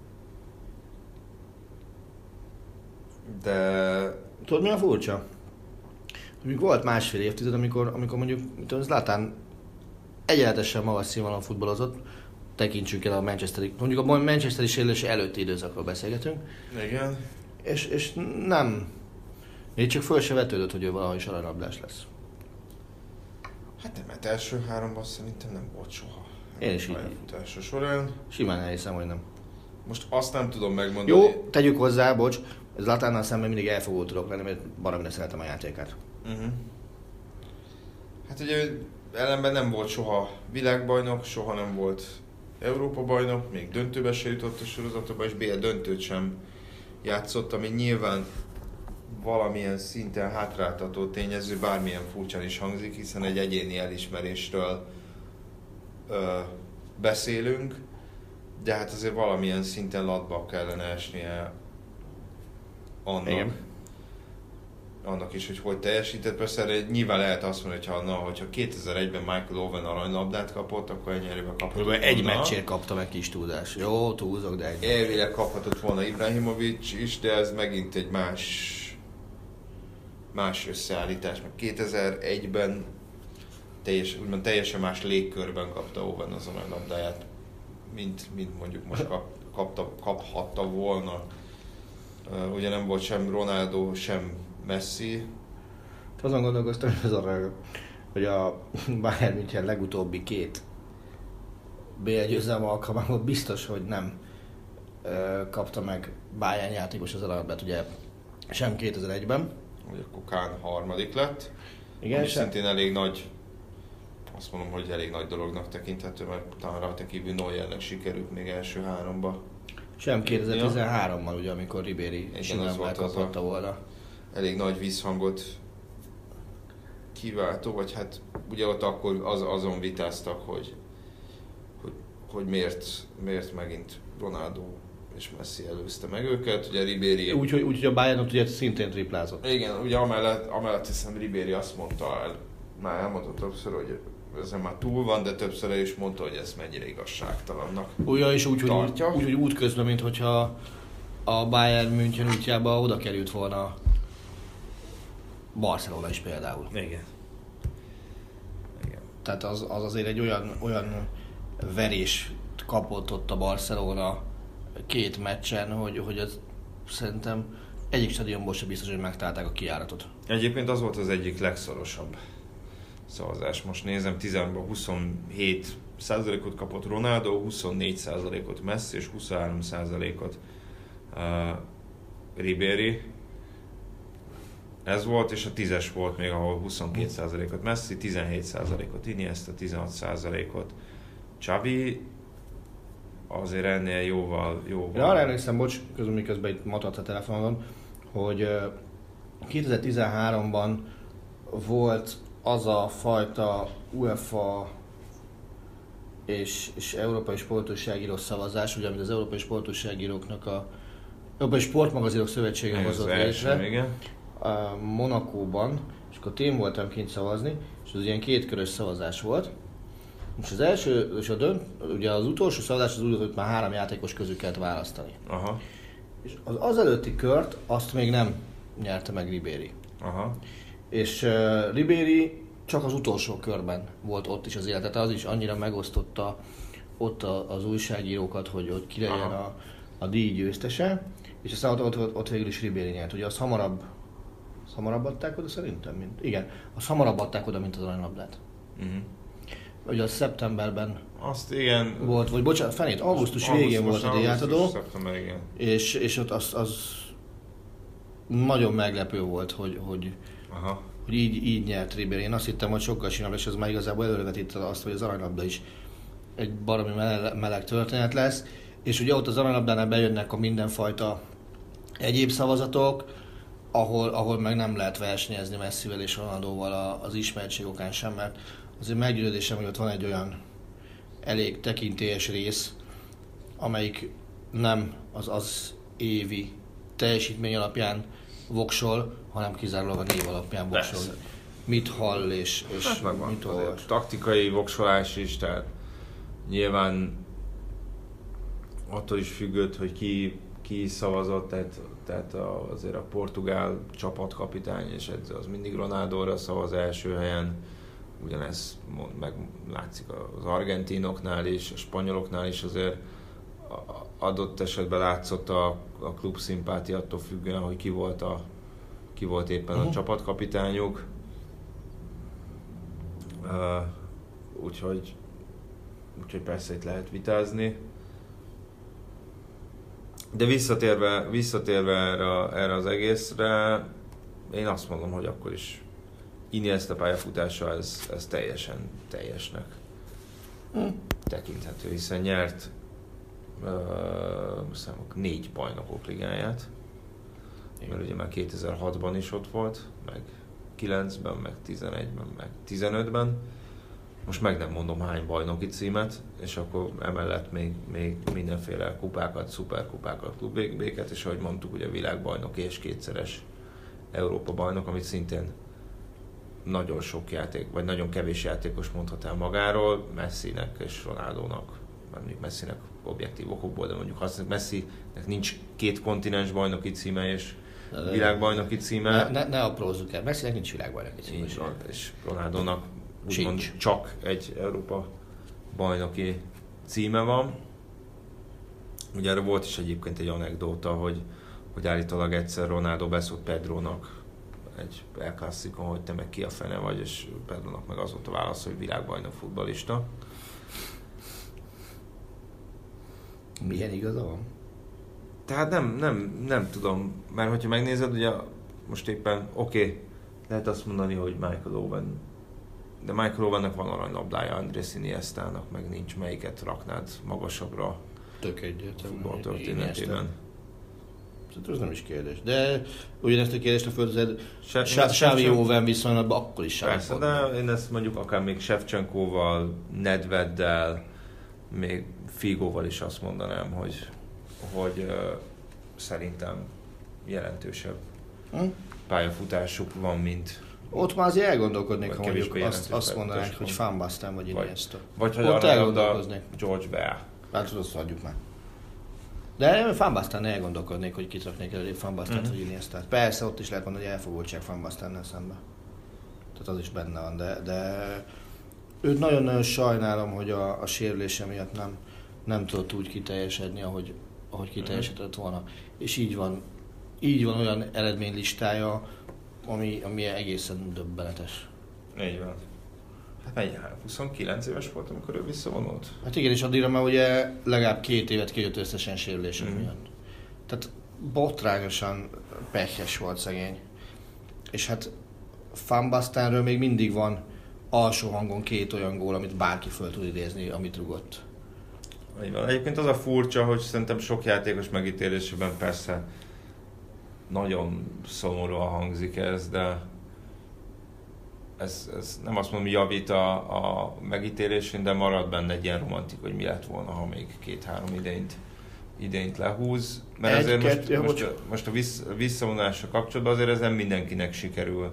De... Tudod, mi a furcsa? Mondjuk volt másfél évtized, amikor mondjuk Zlatan egyenletesen magas színvonalon futballozott, tekintsünk el a Manchesteri, mondjuk a Manchesteri sérülése előtti időszakról beszélgetünk. Igen. És nem, még csak föl se vetődött, hogy ő valahogy is aranylabdás lesz. Hát nem, mert első 3-ban szerintem nem volt soha. Én is így. Első során. Simán elhiszem, hogy nem. Most azt nem tudom megmondani. Jó, tegyük hozzá, bocs, Zlatánnal szemben mindig elfogó tudok lenni, mert baromira szeretem a játékát. Hát ugye ellenben nem volt soha világbajnok, soha nem volt Európa-bajnok, még döntőbe se jutott a sorozatba, és BL döntőt sem játszott, ami nyilván valamilyen szinten hátráltató tényező, bármilyen furcsán is hangzik, hiszen egy egyéni elismerésről beszélünk, de hát azért valamilyen szinten latba kellene esnie annak is, hogy teljesített. Persze nyilván lehet azt mondani, hogyha 2001-ben Michael Owen aranylabdát kapott, akkor ennyi kaphatott volna. Egy meccsért kapta meg kis túlzás. Jó, túlzok, de egy. Elvileg kaphatott volna Ibrahimovic is, de ez megint egy más összeállítás. Meg 2001-ben teljesen más légkörben kapta Owen az aranylabdáját, mint mondjuk most kaphatta volna. Ugye nem volt sem Ronaldo, sem Messi. Azon gondolkoztam, hogy a Bayern München legutóbbi 2 BL győzelem alkalmával biztos, hogy nem kapta meg Bayern játékos az aranylabdát, ugye sem 2001-ben. Ugye akkor Kahn harmadik lett. Igen, ami szintén elég nagy, azt mondom, hogy elég nagy dolognak tekinthető, mert talán rajta kívül Neuernek sikerült még első 3-ba. Sem 2013-ban, ugye, amikor Ribéry simán megkaphatta volna. Elég nagy visszhangot kiváltó, vagy hát ugye ott akkor azon vitáztak, hogy miért megint Ronaldo és Messi előzte meg őket, ugye Ribéry... Úgyhogy a Bayernot ugye szintén triplázott. Igen, ugye amellett hiszem Ribéry azt mondta, már elmondta többször, hogy ezen már túl van, de többször el is mondta, hogy ez mennyire igazságtalannak tartja. Úgy útközben, mint hogyha a Bayern München útjába oda került volna Barcelona is például. Igen. Tehát az azért egy olyan verés kapott ott a Barcelona 2 meccsen, hogy az szerintem egyik stadionból sem biztos, hogy megtalálták a kijáratot. Egyébként az volt az egyik legszorosabb szavazás. Most nézem, 10-ben 27%-ot kapott Ronaldo, 24%-ot Messi és 23%-ot Ribéry. Ez volt, és a 10-es volt még, ahol 22%-ot Messi, 17%-ot Iniesta, 16%-ot Xavi, azért ennél jóval... Én arra emlékszem, bocs, miközben itt matadsz a telefonon, hogy 2013-ban volt az a fajta UEFA és Európai Sportújságíró szavazás, ugye, amit az Európai Sportújságíróknak Európai Sportmagazinok Szövetsége hozott létre Monakóban, és akkor én voltam kint szavazni, és az ilyen 2 körös szavazás volt. És az első, és ugye az utolsó szavazás az úgy volt, hogy már 3 játékos közül kellett választani. Aha. És az előtti kört azt még nem nyerte meg Ribéry. Aha. És Ribéry csak az utolsó körben volt ott is az életet, az is annyira megosztotta ott az újságírókat, hogy ki legyen a díj győztese, és aztán ott végül is Ribéry nyert. Ugye azt hamarabb adták oda szerintem, azt hamarabb adták oda, mint az aranylabdát. Ugye az szeptemberben azt igen. volt, vagy bocsánat, fenét, augusztus végén volt a díjátadó, és ott az nagyon meglepő volt, hogy így nyert Ribéry. Én azt hittem, hogy sokkal sinabb, és ez már igazából előrevetítette azt, hogy az aranylabda is egy baromi meleg történet lesz, és ugye ott az aranylabdánál bejönnek a mindenfajta egyéb szavazatok, ahol meg nem lehet versenyezni Messivel és Ronaldóval az ismertség okán sem, mert azért meggyőződésem, hogy ott van egy olyan elég tekintélyes rész, amelyik nem az évi teljesítmény alapján voksol, hanem kizárólag a név alapján voksol. Persze. Mit hall és hát mit olvas. Taktikai voksolás is, tehát nyilván attól is függött, hogy ki szavazott, tehát azért a portugál csapatkapitány és edző az mindig Ronaldóra szavaz első helyen, ugyanez meg látszik az argentinoknál is, a spanyoloknál is azért adott esetben látszott a klub szimpátia attól függően, hogy ki volt éppen a csapatkapitányuk. Úgyhogy persze itt lehet vitázni. De visszatérve erre az egészre, én azt mondom, hogy akkor is Iniesta pályafutása ez teljesen teljesnek tekinthető, hiszen nyert 4 bajnokok ligáját, mert ugye már 2006-ban is ott volt, meg 9-ben, meg 11-ben, meg 15-ben. Most meg nem mondom hány bajnoki címet, és akkor emellett még mindenféle kupákat, szuperkupákat, klubvéget, és ahogy mondtuk, ugye világbajnok és 2-szeres Európa bajnok, amit szintén nagyon sok játék, vagy nagyon kevés játékos mondhat el magáról, Messinek és Ronaldónak, mondjuk Messinek objektív okokból, de mondjuk Messinek nincs 2 kontinens bajnoki címe és világbajnoki címe. Ne aprózzuk el, Messinek nincs világbajnoki címe. És Ronaldónak úgymond csak egy Európa bajnoki címe van. Ugye erre volt is egyébként egy anekdóta, hogy állítólag egyszer Ronaldo beszólt Pedrónak egy El Clasicon, hogy te meg ki a fene vagy, és Pedrónak meg az volt a válasz, hogy világbajnok futballista. Milyen igaza van? Tehát nem tudom, mert hogyha megnézed, ugye most éppen lehet azt mondani, hogy Michael Owen, de Michael Owennek van aranylabdája, Andrés Iniestának meg nincs, melyiket raknád magasabbra tök egyértelmű futball történetében. Ez nem is kérdés. De ugyanezt a kérdést a földözed Xavi Owen viszonylatban akkor is persze, sem. de én ezt mondjuk akár még Shevchenkóval, Nedveddel, még Figóval is azt mondanám, hogy szerintem jelentősebb pályafutásuk van, mint... Ott már azért elgondolkodnék, ha mondjuk azt mondanánk, hogy Van Basten vagy Iniesta. Vagy hogy arra George Bell. Hát azt adjuk már. De Van Basten elgondolkodnék, hogy kitraknék előbb Van Bastent vagy Iniestát. Persze, ott is lehet mondani, hogy elfogultság Van Bastennel szemben. Tehát az is benne van, de őt nagyon-nagyon sajnálom, hogy a sérülése miatt nem tudott úgy kiteljesedni, ahogy kiteljesedett volna. És így van olyan eredménylistája, ami egészen döbbenetes. Így van. Hát 29 éves volt, amikor ő visszavonult. Hát igen, és addigra már ugye legalább 2 évet kijött összesen sérülések miatt. Tehát botrányosan pehjes volt szegény. És hát Van Bastenről még mindig van alsó hangon 2 olyan gól, amit bárki föl tud idézni, amit rugott. Így van. Egyébként az a furcsa, hogy szerintem sok játékos megítélésében persze nagyon szomorúan hangzik ez, de ez nem azt mondom, javít a megítélésén, de marad benne egy ilyen romantik, hogy mi lett volna, ha még 2-3 idényt lehúz. Mert most a visszavonással kapcsolatban azért ez nem mindenkinek sikerül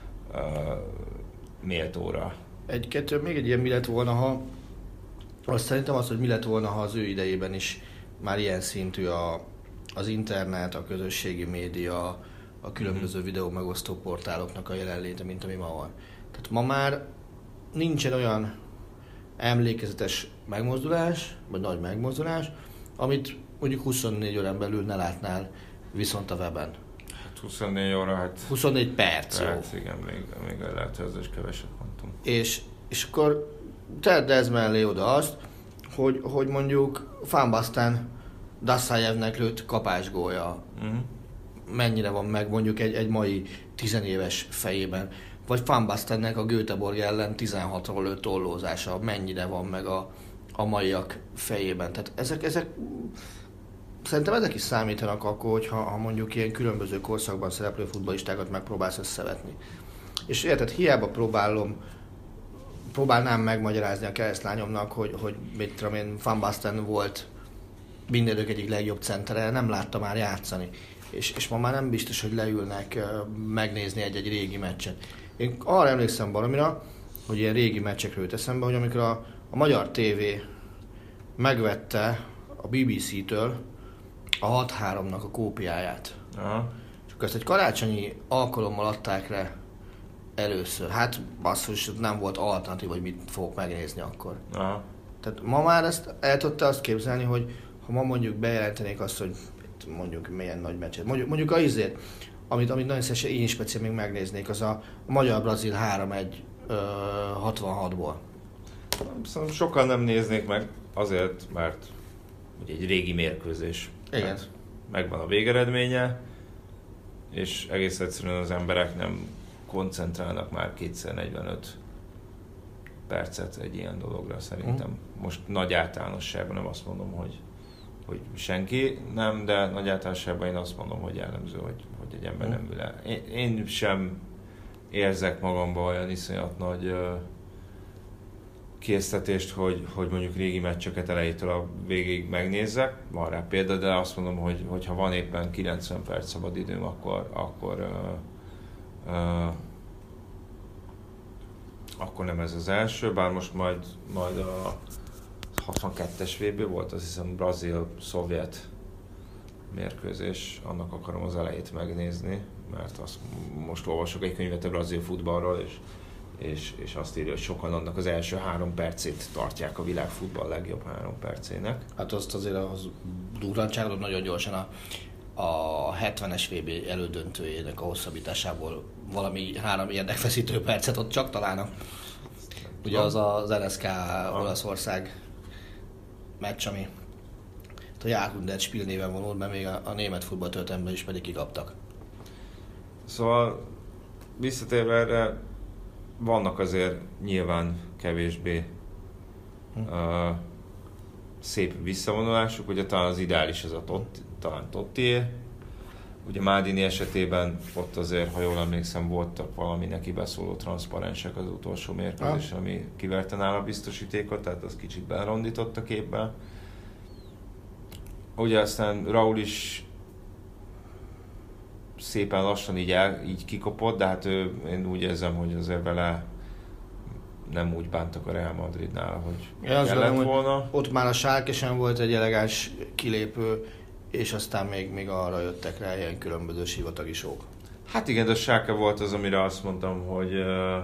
méltóra. Még egy ilyen mi lett volna, ha azt szerintem az, hogy mi lett volna, ha az ő idejében is már ilyen szintű az internet, a közösségi média, a különböző videó megosztó portáloknak a jelenléte, mint ami ma van. Tehát ma már nincsen olyan emlékezetes megmozdulás, vagy nagy megmozdulás, amit mondjuk 24 órán belül ne látnál viszont a weben. Hát 24 óra, 24 perc, jó. Igen, még lehet, hogy ez is keveset mondtam. És akkor tedd ez mellé oda azt, hogy mondjuk Van Basten Dassajevnek lőtt kapásgólja. Mennyire van meg mondjuk egy mai 10 éves fejében. Vagy Van Bastennek a Göteborg ellen 16-ról lőtt tollózása. Mennyire van meg a maiak fejében. Tehát ezek szerintem ezek is számítanak akkor, ha mondjuk ilyen különböző korszakban szereplő futballistákat megpróbálsz összevetni. És érted, hiába próbálnám megmagyarázni a keresztlányomnak, hogy mit tudom én, Van Basten volt mindenők egyik legjobb centere, nem látta már játszani. És ma már nem biztos, hogy leülnek megnézni egy régi meccset. Én arra emlékszem valamira, hogy ilyen régi meccsekről jut eszembe, hogy amikor a Magyar TV megvette a BBC-től a 6-3-nak a kópiáját. Aha. És akkor ezt egy karácsonyi alkalommal adták le Először. Hát basszus, nem volt alternatív, hogy mit fogok megnézni akkor. Aha. Tehát ma már ezt el tudta azt képzelni, hogy ha ma mondjuk bejelentenék azt, hogy mondjuk milyen nagy meccset. Mondjuk a izét, amit nagyon szívesen én speciál még megnéznék, az a magyar-brazil 3-1 66-ból. Szóval sokan nem néznék meg azért, mert ugye egy régi mérkőzés. Igen. Hát megvan a végeredménye, és egész egyszerűen az emberek nem koncentrálnak már 245 percet egy ilyen dologra szerintem. Most nagy általánosságban nem azt mondom, hogy senki nem, de nagy általánosságban én azt mondom, hogy jellemző, hogy egy ember nem ül el. Én sem érzek magamban olyan iszonyat nagy késztetést, hogy mondjuk régi meccseket elejétől a végig megnézzek. Van rá példa, de azt mondom, hogy ha van éppen 90 perc szabad időm, akkor nem ez az első, bár most majd a 62-es VB volt, azt hiszem brazil-szovjet mérkőzés, annak akarom az elejét megnézni, mert most olvasok egy könyvet a brazil futballról, és azt írja, hogy sokan annak az első 3 percét tartják a világ futball legjobb 3 percének. Hát azt azért az durrantságot nagyon gyorsan a 70-es VB elődöntőjének a hosszabbításából valami 3 érdekfeszítő percet ott csak találnak. Ugye az NSK Olaszország meccs, ami a Jahrhundert Spiel néven vonul, mert még a német futballtörténelemben is pedig kikaptak. Szóval visszatérve erre, vannak azért nyilván kevésbé szép visszavonulásuk, ugye talán az ideális az talán Tottié. Ugye Maldini esetében ott azért, ha jól emlékszem, voltak valami neki beszóló transzparensek az utolsó mérkőzés, ami kiverte nála a biztosítékot, tehát az kicsit belerondított a képbe. Ugye aztán Raúl is szépen lassan így kikopott, de hát én úgy érzem, hogy azért vele nem úgy bántak a Real Madridnál, hogy kellett volna. Ott már a Schalke sem volt egy elegáns kilépő, és aztán még arra jöttek rá ilyen különböző sivatagi sók. Hát igen, de a Schalke volt az, amire azt mondtam, hogy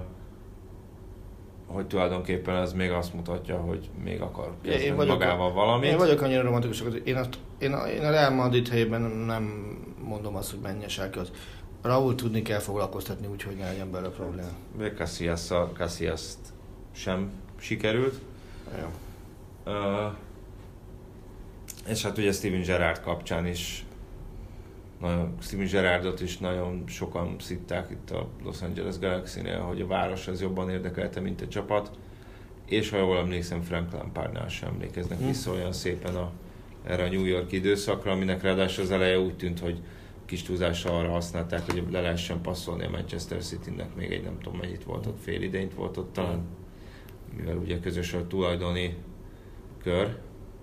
tulajdonképpen ez még azt mutatja, hogy még akar kezdeni magával valamit. Én vagyok annyira romantikus, hogy én a Real Madrid helyében nem mondom azt, hogy menjen Schalke. Raúl tudni kell foglalkoztatni úgy, hogy ne legyen belőle probléma. Még Casillas-t sem sikerült. Ja. És hát ugye Steven Gerrard kapcsán is Steven Gerrardot is nagyon sokan szitták itt a Los Angeles Galaxy-nél, hogy a város az jobban érdekelte, mint a csapat. És ha jól emlékszem, Frank Lampardnál sem emlékeznek vissza olyan szépen erre a New York időszakra, aminek ráadásul az eleje úgy tűnt, hogy kis túlzással arra használták, hogy le lehessen passzolni a Manchester City-nek még egy nem tudom mennyit volt ott, fél idényt volt ott talán, mivel ugye közös a tulajdoni kör.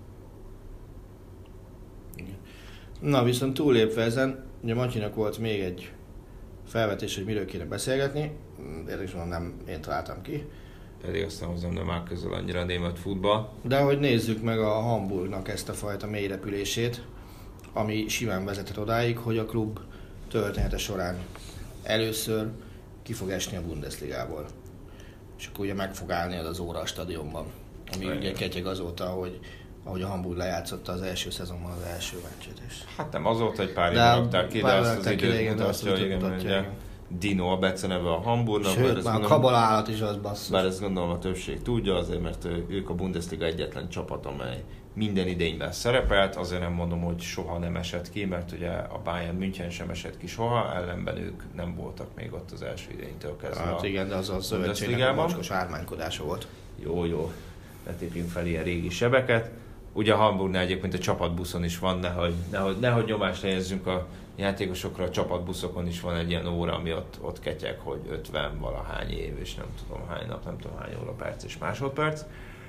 Na viszont túllépve ezen, ugye Matyinak volt még egy felvetés, hogy miről kéne beszélgetni, érdekes mondom, nem én találtam ki. Pedig aztán hozzám nem áll közel annyira a német futball. De hogy nézzük meg a Hamburgnak ezt a fajta mélyrepülését, ami simán vezetett odáig, hogy a klub története során először ki fog esni a Bundesligából. És akkor ugye meg fog állni az óra a stadionban, ami ugye ketyeg azóta, ahogy a Hamburg lejátszotta az első szezonban az első meccset is. Hát nem azóta, egy pár évvel rakták ki, de azt az időt mutatja, hogy igen. Dino a beceneve a Hamburgnak. Sőt, már a kabala állat is az basszus. Bár ezt gondolom a többség tudja, azért mert ők a Bundesliga egyetlen csapat, amely minden idényben szerepelt, azért nem mondom, hogy soha nem esett ki, mert ugye a Bayern München sem esett ki soha, ellenben ők nem voltak még ott az első idénytől kezdve. Hát igen, de az a szövetségnek a mocskos ármánykodása volt. Jó, ne tépjünk fel ilyen régi sebeket. Ugye a Hamburgnál egyébként a csapatbuszon is van, nehogy nyomást helyezzünk a játékosokra, a csapatbuszokon is van egy ilyen óra, ami ott ketyeg, hogy 50 valahány év, és nem tudom hány nap, nem tudom hány óra, perc és másodperc.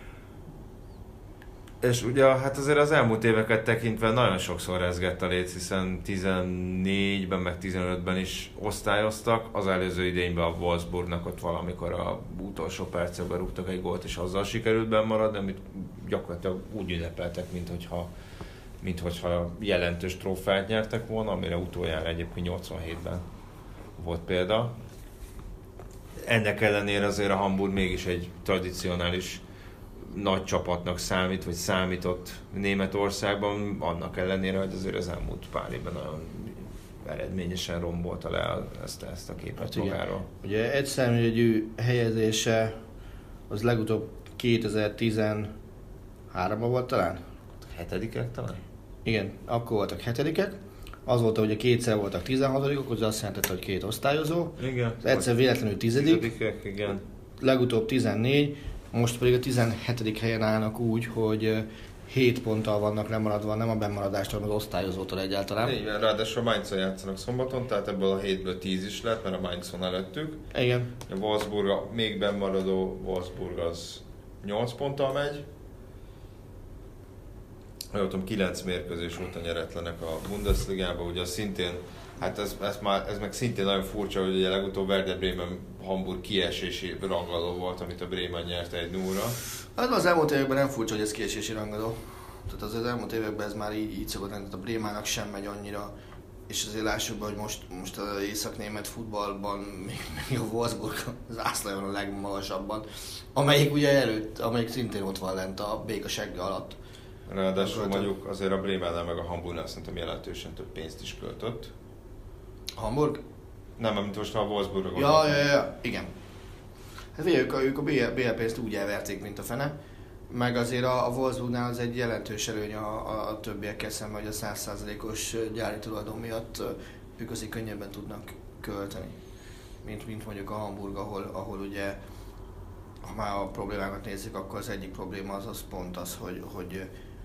És ugye hát azért az elmúlt éveket tekintve nagyon sokszor rezgett a léc, hiszen 14-ben meg 15-ben is osztályoztak, az előző idényben a Wolfsburgnak ott valamikor a utolsó percekben rúgtak egy gólt, és azzal sikerült bennmaradni, amit gyakorlatilag úgy ünnepeltek, minthogyha jelentős trófeát nyertek volna, amire utoljára egyébként 87-ben volt példa. ennek ellenére azért a Hamburg mégis egy tradicionális nagy csapatnak számít, vagy számított Németországban, annak ellenére, hogy azért az elmúlt pár évben nagyon eredményesen rombolta le ezt a képet magáról. Ugye egyszámjegyű helyezése az legutóbb 2013-ban volt talán? Hetedikek talán? Igen, akkor voltak hetedikek. Az volt, hogy a kétszer voltak 16-ok, az azt jelentette, hogy 2 osztályozó. Igen. Az egyszer véletlenül 10-dik. Igen. Legutóbb 14, most pedig a 17. helyen állnak úgy, hogy 7 ponttal vannak lemaradva, nem a bennmaradástól, hanem az osztályozótól egyáltalán. Igen, ráadásul a Mainz-on játszanak szombaton, tehát ebből a 7-ből 10 is lett, mert a Mainz van előttük. Igen. A Wolfsburg, a még bennmaradó Wolfsburg az 8 ponttal megy. Jól tudom, 9 mérkőzés óta nyeretlenek a Bundesligában, ugye szintén, hát ez meg szintén nagyon furcsa, hogy ugye legutóbb Werder Bremen Hamburg kiesési rangadó volt, amit a Bremen nyert 1-0-ra. Hát az elmúlt években nem furcsa, hogy ez kiesési rangadó. Tehát az elmúlt években ez már így szokott lenni, tehát a Bremának sem megy annyira. És azért lássuk be, hogy most az észak-német futballban még a Wolfsburg zászlajon a legmagasabban, amelyik ugye amelyik szintén ott van lent a béka segge alatt. Ráadásul mondjuk azért a Bremennel meg a Hamburgnál szerintem jelentősen több pénzt is költött. Hamburg? Nem, mint most a Wolfsburgra gondoltam. Ja, igen. Hát ugye ők a BL pénzt úgy elverték, mint a fene, meg azért a Wolfsburgnál az egy jelentős előny a többiekkel szemben, hogy a 100%-os gyári tulajdon miatt ők azért könnyebben tudnak költeni, mint mondjuk a Hamburg, ahol ugye, ha már a problémákat nézzük, akkor az egyik probléma az pont az, hogy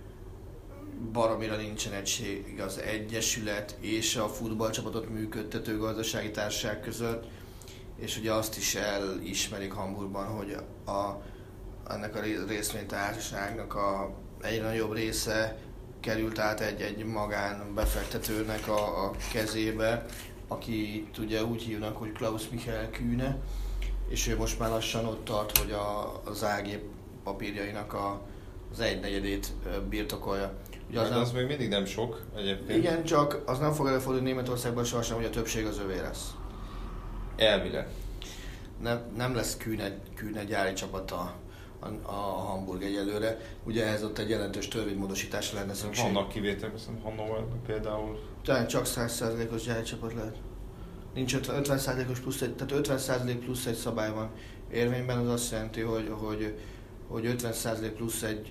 baromira nincsen egység az egyesület és a futballcsapatot működtető gazdasági társaság között, és ugye azt is elismerik Hamburgban, hogy ennek a részvénytársaságnak a egyre nagyobb része került át egy magán befektetőnek a kezébe, akit ugye úgy hívnak, hogy Klaus Michael Kühne, és ő most már lassan ott tart, hogy az AG papírjainak az 1/4 birtokolja. Ugye az még mindig nem sok egyébként. Igen, csak az nem fog előfordulni Németországban sohasem, hogy a többség az övé lesz. Elvileg. Nem lesz Kühne gyári csapata a Hamburg egyelőre. Ugye ehhez ott egy jelentős törvénymódosításra lenne szükség. Vannak kivételek, hiszem Hannoverben például. Tehát csak 100%-os gyári csapat lehet. Nincs 50%-os plusz egy, tehát 50% plusz egy szabály van érvényben, az azt jelenti, hogy 50% plusz egy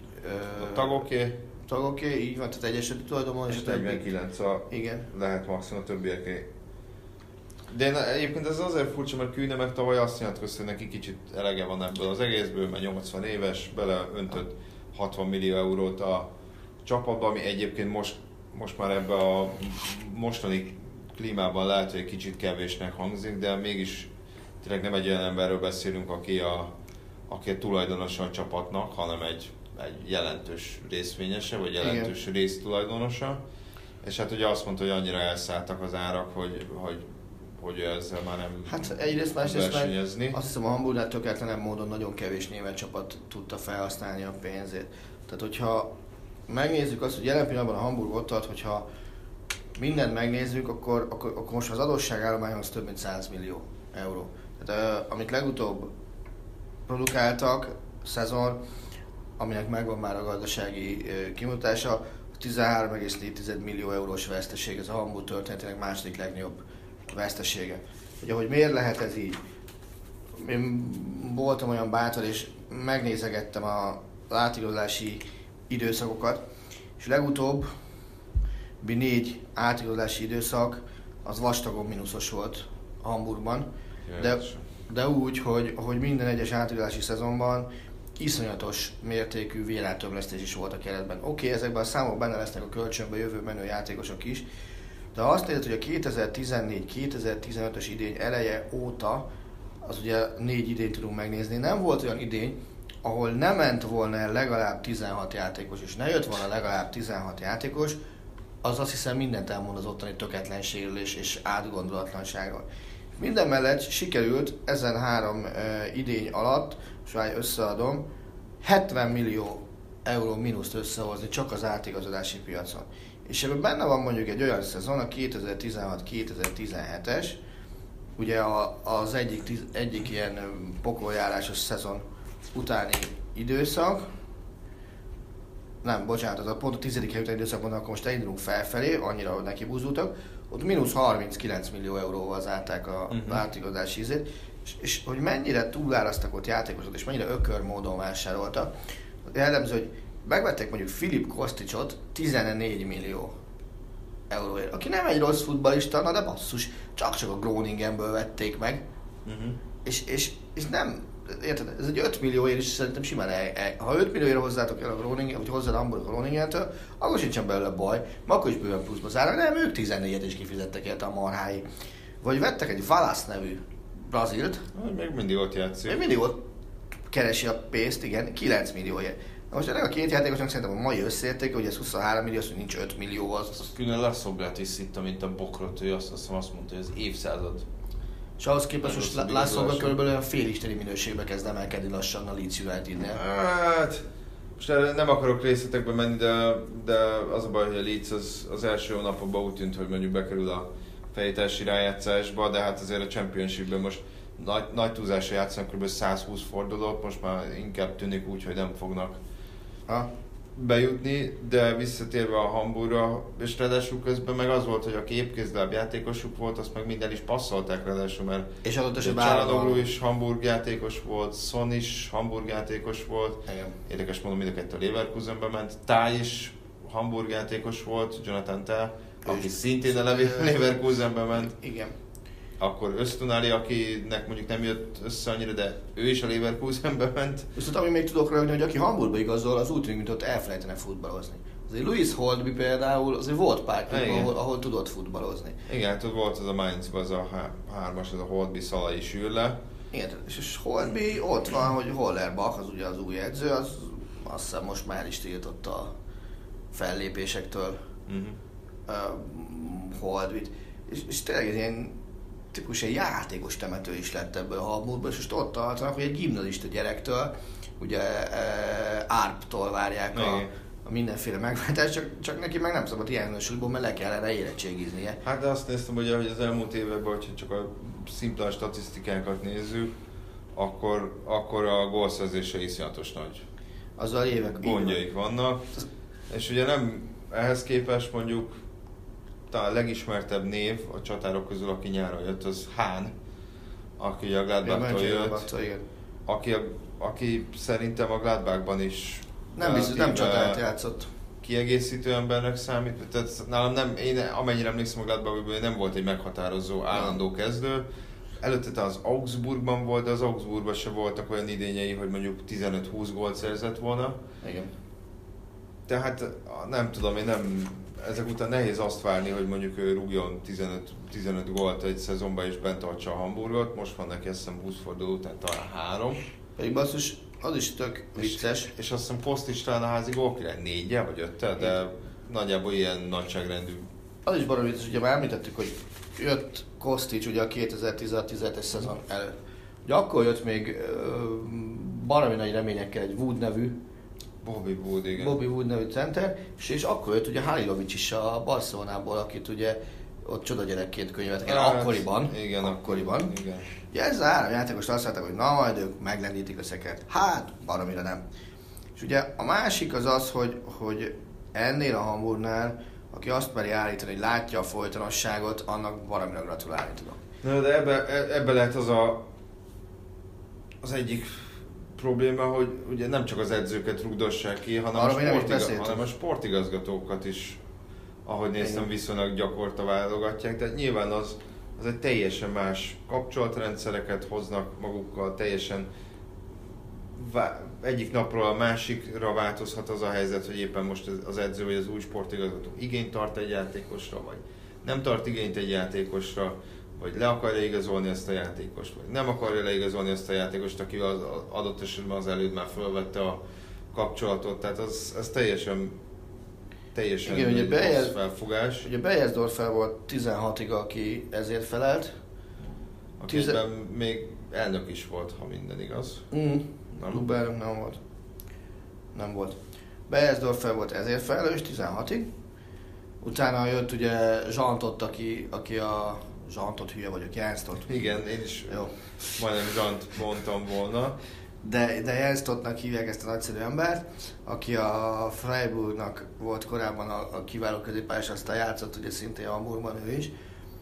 tagoké, így van, tehát egyesületi tulajdonban. És 49 igen. Lehet maximum a többieké. De egyébként ez azért furcsa, mert Kühne meg tavaly azt nyilatkozta, hogy neki kicsit elege van ebből az egészből, mert 80 éves, beleöntött 60 millió eurót a csapatba, ami egyébként most már ebben a mostani klímában lehet, hogy egy kicsit kevésnek hangzik, de mégis tényleg nem egy olyan emberről beszélünk, aki a tulajdonosa a csapatnak, hanem egy jelentős részvényese, vagy jelentős résztulajdonosa. És hát ugye azt mondta, hogy annyira elszálltak az árak, hogy ezzel már nem hát egyrészt versenyezni. Azt hiszem a Hamburgnál tökéletlen módon nagyon kevés német csapat tudta felhasználni a pénzét. Tehát hogyha megnézzük azt, hogy jelen pillanatban a Hamburg ott tart, hogyha mindent megnézzük, akkor most az adósságállományom az több mint 100 millió euró. Tehát amit legutóbb produkáltak szezon, aminek megvan már a gazdasági kimutatása, 13,4 millió eurós veszteség, ez a Hamburg történetének második legnagyobb vesztesége. Ugye, hogy miért lehet ez így? Én voltam olyan bátor, és megnézegettem az átigazolási időszakokat, és legutóbb 4 átigazolási időszak az vastagon mínuszos volt a Hamburgban, de úgy, hogy minden egyes átigazolási szezonban iszonyatos mértékű vérártömlesztés is volt a keretben. Oké, ezekben a számok benne lesznek a kölcsönbe jövő menő játékosok is, de azt nézett, hogy a 2014-2015-ös idény eleje óta, az ugye 4 idényt tudunk megnézni, nem volt olyan idény, ahol nem ment volna el legalább 16 játékos, és ne jött volna legalább 16 játékos, az azt hiszem mindent elmond az ottani tökéletlenségről és átgondolatlanságról. Minden mellett sikerült ezen 3 idény alatt, és már összeadom, 70 millió euró mínuszt összehozni csak az átigazolási piacon. És ebben benne van mondjuk egy olyan szezon, a 2016-2017-es, ugye az egyik ilyen pokoljárásos szezon utáni időszak, nem, bocsánat, az a pont a 10. hely utáni időszakban, akkor most elindulunk felfelé, annyira, hogy neki búzultak, ott mínusz 39 millió euróval zárták a átigazási ízét, és hogy mennyire túlárasztak ott játékosokat, és mennyire ökör módon vásároltak. Jellemző, hogy megvették mondjuk Filip Kostićot 14 millió euróért, aki nem egy rossz futballista, na de basszus, csak a Groningenből vették meg, és nem, érted, ez egy 5 millióért is szerintem simán ha 5 millióért hozzátok el a Groningen, vagy hozzád Hamburg a Groningentől, akkor sincsen belőle baj, akkor is bőven pluszba zárnak, nem, ők 14-et is kifizettek érte a marhái. Vagy vettek egy Wallace nevű brazilt. Még mindig ott játszik. Még mindig ott keresi a pénzt, igen, 9 millióért. Na most ennek a két játékosnak szerintem a mai összértéke, hogy ez 23 millió, az, hogy nincs 5 millió, az... Külön Lassobrát is szitta, mint a bokrot, ő azt mondta, hogy ez évszázad. És ahhoz képest most Lassobra körülbelül a félisteni minőségbe kezd emelkedni lassan a Leeds United-nél. Hát, most nem akarok részletekbe menni, de az a baj, hogy a Leeds az első hónapokban úgy tűnt, hogy mondjuk bekerül a fejtási rájátszásba, de hát azért a Championshipben most nagy túlzásra játszanak, kb. 120 fordulót, most már inkább tűnik úgy, hogy nem fognak bejutni, de visszatérve a Hamburgra, és ráadásul közben meg az volt, hogy a képkézláb játékosuk volt, azt meg minden is passzolták ráadásul, mert és adott esetben Çalhanoğlu is Hamburg játékos volt, Son is Hamburg játékos volt, igen. Érdekes mondom, mind a kettő a Leverkusenbe ment, Táj is Hamburg játékos volt, Jonathan Tah, aki szintén a Leverkusenbe ment. Igen. Akkor Öztunali, akinek mondjuk nem jött össze annyira, de ő is a Leverkusenbe ment. Viszont ami még tudok rögni, hogy aki Hamburgba igazol, az úgy tűnik, mint ott elfelejtene futballozni. Azért Louis Holtby például, azért volt pár klub, ahol tudott futballozni. Igen, hát volt az a Mainzban, az a hármas, az a Holtby, Szalai, Sürle. Igen, és Holtby ott van, hogy Hollerbach, az ugye az új edző, az azt hiszem most már is tiltott a fellépésektől Holtbyt. És tényleg ilyen tipikus egy játékos temető is lett ebből a Hamburgból, és most ott tartanak, hogy egy gimnazista gyerektől, ugye Árptól várják a mindenféle megváltást, csak neki meg nem szabad ilyen súlyból, mert le kell erre érettségiznie. Hát de azt néztem, hogy az elmúlt években, hogyha csak a szimpla statisztikákat nézzük, akkor a gólszerzése iszonyatos nagy azzal évek gondjaik vannak. És ugye nem ehhez képest mondjuk a legismertebb név a csatárok közül, aki nyáron jött, az Hahn, aki a Gladbach-tól jött, aki szerintem a Gladbachban is nem csatárt játszott. Kiegészítő embernek számít, tehát nálam én amennyire emlékszem a Gladbachban, nem volt egy meghatározó állandó kezdő. Előtte az Augsburgban volt, de az Augsburgban se voltak olyan idényei, hogy mondjuk 15-20 gólt szerzett volna. Igen. Tehát nem tudom, ezek után nehéz azt várni, hogy mondjuk ő rúgjon 15 gólt egy szezonban és bent tartsa a Hamburgot. Most van neki azt hiszem 20 forduló után talán 3. Pedig basszus, az is tök vicces. És azt hiszem Kostić talán a házi gólkirály 4-je vagy 5-tel, de nagyjából ilyen nagyságrendű. Az is baromi vicces, ugye már említettük, hogy jött Kostić ugye a 2016-17-es szezon előtt. Ugye akkor jött még baromi nagy reményekkel egy Wood nevű Bobby Wood nevű center, és akkor jött ugye Halilovic is a Barcelonából, akit ugye ott csodagyerekként könyveltek el akkoriban. Igen. Ugye ezzel a 3 játékost azt mondták, hogy na majd ők meglendítik a szekert. Hát, baromira nem. És ugye a másik az, hogy ennél a Hamburgnál, aki azt meri állítani, hogy látja a folytonosságot, annak baromira gratulálni tudok. Na, de ebbe lehet az egyik probléma, hogy ugye nem csak az edzőket rugdossák ki, hanem a sportigazgatókat is, ahogy néztem, viszonylag gyakorta válogatják. Tehát nyilván az egy teljesen más kapcsolatrendszereket hoznak magukkal, teljesen egyik napról a másikra változhat az a helyzet, hogy éppen most az edző vagy az új sportigazgató igényt tart egy játékosra, vagy nem tart igényt egy játékosra, vagy le akarja igazolni ezt a játékost, vagy nem akarja leigazolni ezt a játékost, aki az adott esetben az előtt már felvette a kapcsolatot, tehát ez teljesen igen, rossz felfogás. Ugye Beiersdorfer volt 16-ig, aki ezért felelt. Akiben még elnök is volt, ha minden igaz. Klubelnök nem volt. Beiersdorfer volt ezért felelős 16-ig. Utána jött ugye Jean Todt, aki a Zsantot hülye vagyok, Jenstot. Igen, én is Jó. majdnem Zsant mondtam volna. De Jenstotnak hívják ezt a nagyszerű embert, aki a Freiburgnak volt korábban a kiváló középpályás, aztán játszott ugye szintén Hamburgban ő is.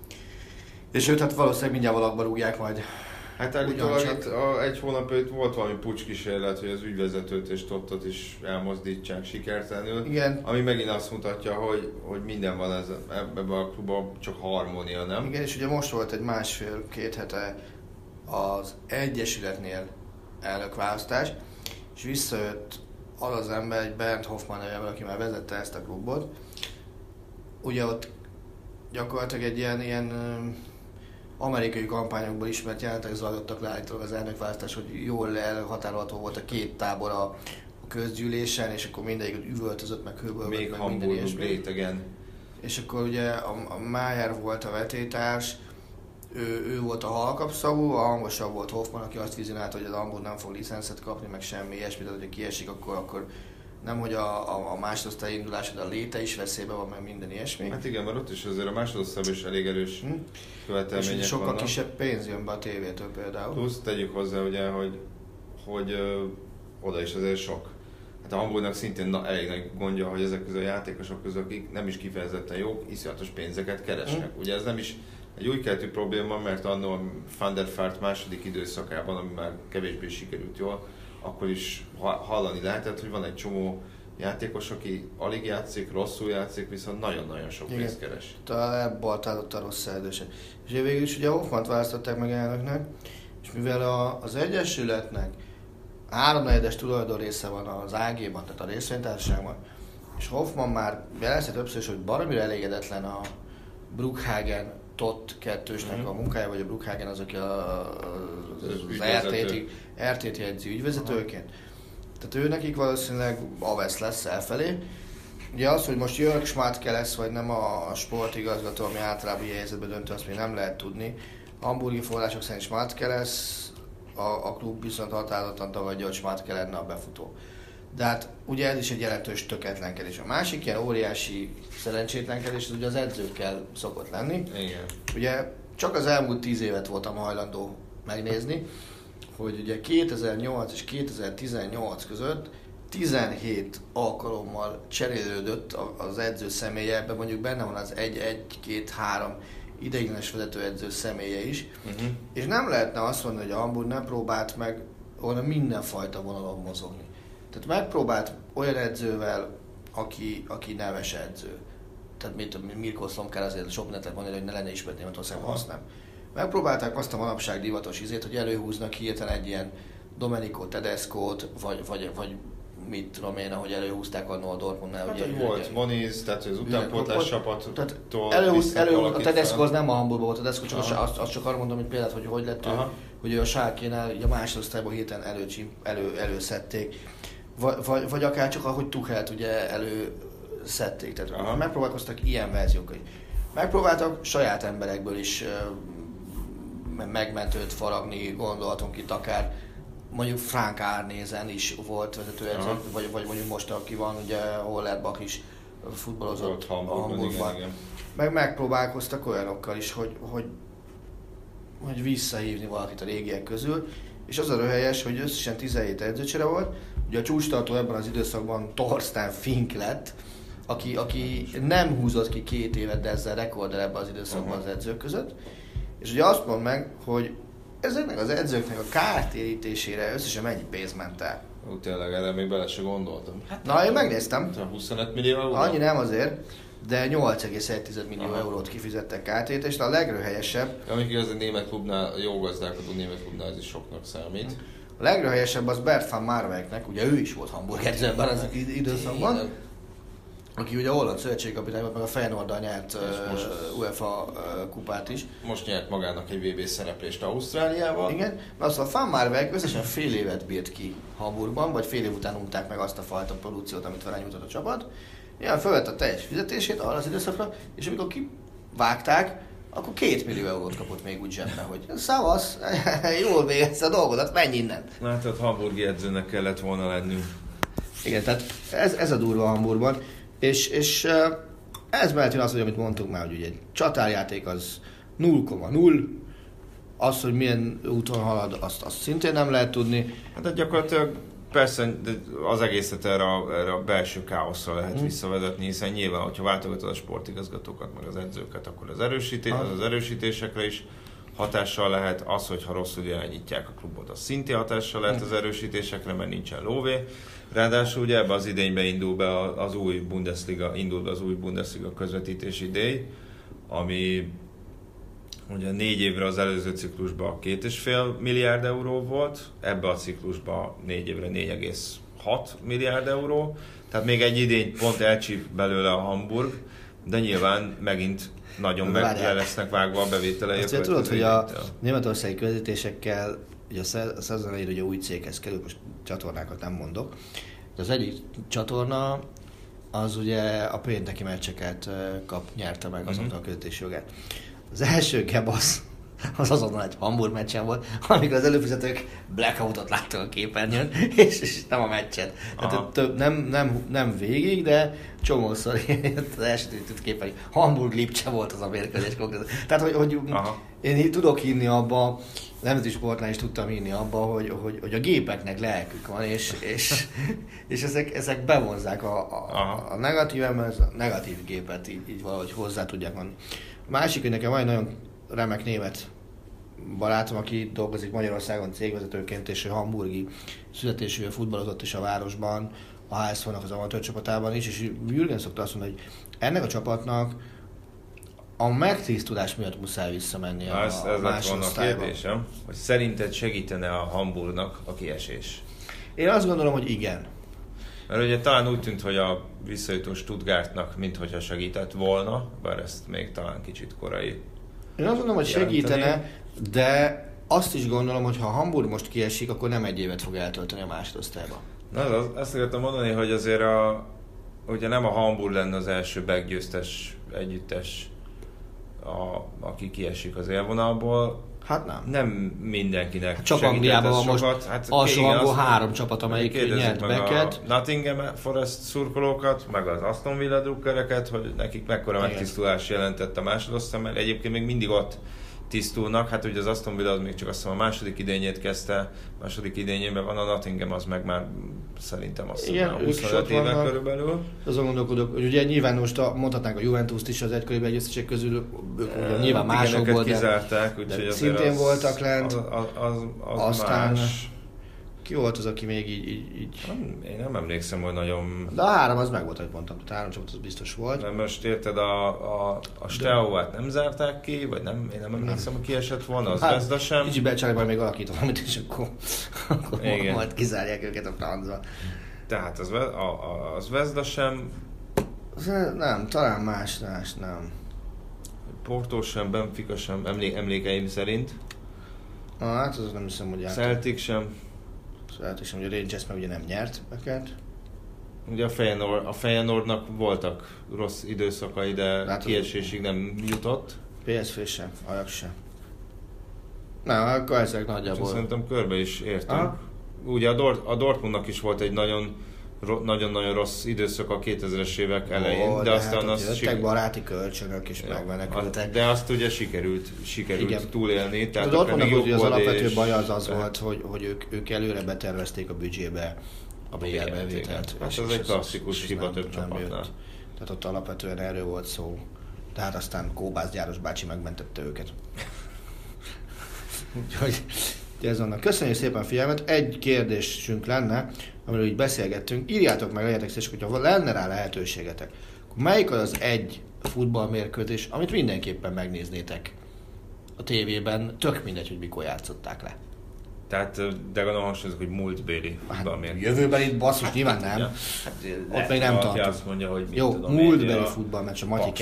És őt hát valószínűleg mindjárt valakba rúgják majd. Hát állítólag itt egy hónap előtt volt valami pucskísérlet, hogy az ügyvezetőt és Tottot is elmozdítsák sikertelenül. Igen. Ami megint azt mutatja, hogy minden van ebben a klubban, csak harmónia, nem? Igen, és ugye most volt egy 1,5-2 hete az Egyesületnél elnökválasztás, és visszajött az ember, egy Bernd Hoffmann nevében, aki már vezette ezt a klubot. Ugye ott gyakorlatilag egy ilyen amerikai kampányokból ismert jelentek zajlottak le állítólag az elnökválasztás, hogy jól elhatárolható volt a két tábor a közgyűlésen, és akkor mindegyik üvöltözött, meg hőbölgött, még meg minden ilyesmi. rétegen. És akkor ugye a Mayer volt a vetétárs, ő volt a halkapszavú, a hangosabb volt Hoffmann, aki azt vizionálta, hogy az Hamburg nem fog licenszet kapni, meg semmi ilyesmi, tehát hogyha kiesik, akkor nem, hogy a másodosztály indulás, de a léte is veszélyben van, meg minden ilyesmi. Hát igen, mert ott is azért a másodosztályban is elég erős követelmények és sokkal vannak. kisebb pénz jön be a tévétől például. Plusz tegyük hozzá ugye, hogy oda is azért sok. Hát a Hamburgnak szintén elég nagy gondja, hogy ezek közül a játékosok közül, akik nem is kifejezetten jók, iszonyatos pénzeket keresnek. Ugye ez nem is egy új keletű probléma, mert annó a Van der Vaart második időszakában, ami már kevésbé sikerült jól, akkor is hallani lehetett, hogy van egy csomó játékos, aki alig játszik, rosszul játszik, viszont nagyon-nagyon sok pénzt keres. Elbaltálott a rossz szerződése. És végül is ugye Hoffmannt választották meg elnöknek, és mivel az Egyesületnek 3/4-es tulajdon része van az AG-ban, tehát a részvénytársaságban, és Hoffmann már jelezte többször is, hogy baromira elégedetlen a Bruckhagen Tott kettősnek a munkája, vagy a Bruckhagen az, aki az RTT edző ügyvezetőként. Tehát ő nekik valószínűleg AVESZ lesz elfelé. Ugye az, hogy most Jörg Schmatke lesz, vagy nem a sportigazgató, ami általában ilyen helyzetben döntő, azt még nem lehet tudni. Hamburgi források szerint Schmatke lesz, a klub viszont határozottan tagadja, hogy Schmatke lenne a befutó. De hát ugye ez is egy jelentős tökéletlenkedés. A másik ilyen óriási szerencsétlenkedés, az ugye az edzőkkel szokott lenni. Igen. Ugye csak az elmúlt 10 évet voltam hajlandó megnézni, hogy ugye 2008 és 2018 között 17 alkalommal cserélődött az edző személye, ebben mondjuk benne van az 1-2-3 ideiglenes vezetőedző személye is, és nem lehetne azt mondani, hogy a Hamburg nem próbált meg volna mindenfajta vonalon mozogni. Tehát megpróbált olyan edzővel, aki neves edző. Tehát Mirko Slomkár azért sok mindent lehet mondani, hogy ne lenne ismert Németországban, azt nem. Megpróbálták azt a manapság divatos izét, hogy előhúznak hirtelen egy ilyen Domenico Tedescót, vagy mit tudom én, ahogy előhúzták annól a Dortmundnál. Hát, hogy volt Moniz, tehát az utánpótlás csapattól a Tedesco az nem a Hamburgban volt, a Tedesco csak azt csak arra mondom, hogy például, hogy lett ő, hogy a Schalkénál a másodosztályban hirtelen előszedték. Vagy akár csak ahogy Tuchelt ugye előszedték. Tehát megpróbálkoztak ilyen verziókat. Megpróbáltak saját emberekből is megmentőt faragni, gondolhatunk itt akár mondjuk Frank Arnézen is volt vezetőedző, vagy mondjuk most aki van, ugye Hollerbach is futballozott a Hamburgban. Meg megpróbálkoztak olyanokkal is, hogy visszahívni valakit a régiek közül, és az a röhelyes, hogy összesen 17 edzőcsere volt. Ugye a csúcstartó ebben az időszakban Thorsten Fink lett, aki nem húzott ki 2 évet, de ezzel rekorder ebben az időszakban az edzők között. És ugye azt mondd meg, hogy ezeknek az edzőknek a kártérítésére összesen mennyi pénz ment el? Tényleg, erre még bele se gondoltam. Na, én megnéztem. 25 millió euró? Annyi nem azért, de 8,1 millió eurót kifizettek kártérítést, a legröhelyesebb. Amíg az a német klubnál, jó gazdálkodó német klubnál ez is soknak számít. A legröhelyesebb az Bert van Marwijknek, ugye ő is volt Hamburg edző ebben az időszakban, aki ugye a holland szövetségkapitány volt, meg a Feyenoorddal nyert UEFA kupát is. Most nyert magának egy VB szereplést Ausztráliával. Igen, de azt a Van Marwijk összesen fél évet bírt ki Hamburgban, vagy fél év után unták meg azt a fajta produkciót, amit vele nyújtott a csapat. Ilyen fölvette a teljes fizetését arra az időszakra, és amikor kivágták, akkor 2 millió eurót kapott még úgy zsebbe, hogy szavasz, jól végezte a dolgodat, menj innen. Na, tehát hamburgi edzőnek kellett volna lennünk. Igen, tehát ez a durva Hamburgban. És ez mellett jön az, hogy amit mondtunk már, hogy ugye egy csatárjáték az 0,0. Az, hogy milyen úton halad, azt szintén nem lehet tudni. Hát gyakorlatilag persze az egészet erre a belső káoszra lehet visszavezetni, hiszen nyilván, hogyha váltogatod a sportigazgatókat, meg az edzőket, akkor az erősítésekre is hatással lehet. Az, hogyha rosszul irányítják a klubot, az szintén hatással lehet az erősítésekre, mert nincsen lóvé. Ráadásul ugye ebbe az idényben indult be az új Bundesliga közvetítési díj, ami ugye 4 évre az előző ciklusban 2,5 milliárd euró volt, ebbe a ciklusban 4 évre 4,6 milliárd euró, tehát még egy idény pont elcsíp belőle a Hamburg, de nyilván megint nagyon meg lesznek vágva a bevételei. Azt tudod, hogy a németországi közvetítésekkel ugye a szezon elején ugye új céghez kerül, most csatornákat nem mondok, de az egyik csatorna az ugye a pénteki meccseket nyerte meg azonnal a közvetítési jogát. Az első gebb az azonnal egy Hamburg meccsen volt, amikor az előfizetők blackoutot láttak a képernyőn, és nem a meccset. Tehát nem végig, de csomószor az első képen, Hamburg Lipcse volt az a mérkőzés konkrétan. Tehát, hogy én tudok hinni abba, nemzeti sportnál is tudtam hinni abba, hogy a gépeknek lelkük van, és ezek bevonzák a negatív emberhez, a negatív gépet így valahogy hozzá tudják mondani. A másik, hogy nekem van egy nagyon remek német barátom, aki dolgozik Magyarországon cégvezetőként, és hamburgi születésű futballozott is a városban, a HSV-nak az amatőr csapatában is, és Jürgen szokta azt mondani, hogy ennek a csapatnak a megtisztulás miatt muszáj visszamenni a másodosztályba. A kérdésem, hogy szerinted segítene a Hamburgnak a kiesés? Én azt gondolom, hogy igen. Mert ugye talán úgy tűnt, hogy a visszajutó Stuttgartnak minthogyha segített volna, bár ezt még talán kicsit korai. Én azt gondolom, hogy segítene, de azt is gondolom, hogy ha Hamburg most kiesik, akkor nem egy évet fog eltölteni a másodosztályba. Azt akartam mondani, hogy azért ugye nem a Hamburg lenne az első meggyőztes együttes, aki kiesik az élvonalból. Hát nem. Nem mindenkinek csak Angliában van most alsóangol 3 csapat, amelyik nyert beket. A Nottingham Forest szurkolókat, meg az Aston Villa drukkereket, hogy nekik mekkora megtisztulás jelentett a másodosztály, mert egyébként még mindig ott tisztulnak. Hát ugye az Aston Villa az még csak azt hiszem a második idényét kezdte, második idényében van, a Nottingham az meg már szerintem azt hiszem 25 éven körülbelül. Azon gondolkodok, hogy ugye nyilván most mondhatnánk a Juventus-t is az egykoriban együttesek közül, ők nyilván mások volt, kizárták, úgyhogy szintén voltak lent, aztán más. Ki volt az, aki még így... Én nem emlékszem, hogy nagyon... De a 3 az meg volt, ahogy mondtam, a 3 csapat az biztos volt. Nem, most érted, a Steaua-t nem zárták ki, vagy nem, én nem emlékszem, hogy ki esett volna, az Vezda sem. Kicsi becsárják, majd még alakítom valamit, és akkor majd kizárják őket a francba. Tehát az Vezda sem... Nem, talán más nem. Porto sem, Benfica sem, emlékeim szerint. Hát az nem hiszem, hogy Celtic sem. Celtic sem, ugye a Rangers meg ugye nem nyert beket. Ugye a Feyenoordnak voltak rossz időszakai, de kiesésig nem jutott. PSV sem, Ajax sem. Nem, akkor ezek nagyjából. Szerintem körbe is értünk. Ugye a Dortmundnak is volt egy nagyon-nagyon rossz időszak a 2000-es évek elején, de aztán azt jöttek baráti kölcsönök is megmenekültek. De azt ugye sikerült túlélni. Tehát a Dortmundnak ugye az alapvető baj az volt, hogy ők előre betervezték a büdzsébe a BL bevételt. Hát ez egy klasszikus hiba több csapatnál. Tehát ott alapvetően erről volt szó. Tehát aztán Kóbász Gyáros bácsi megmentette őket. Úgyhogy ez vannak. Köszönjük szépen a figyelmet. Egy kérdésünk lenne, amiről így beszélgettünk. Írjátok meg, legyetek szívesek, hogyha lenne rá lehetőségetek. Melyik az egy futballmérkőzés, amit mindenképpen megnéznétek a tévében, tök mindegy, hogy mikor játszották le? Tehát, de gondolom hasonlózik, hogy múltbéli futballmérkőzés. Jövőben itt basszus, nyilván nem. Ja. Ott még nem tartunk. Azt mondja, hogy jó, múltbeli futballmeccs, a Matyi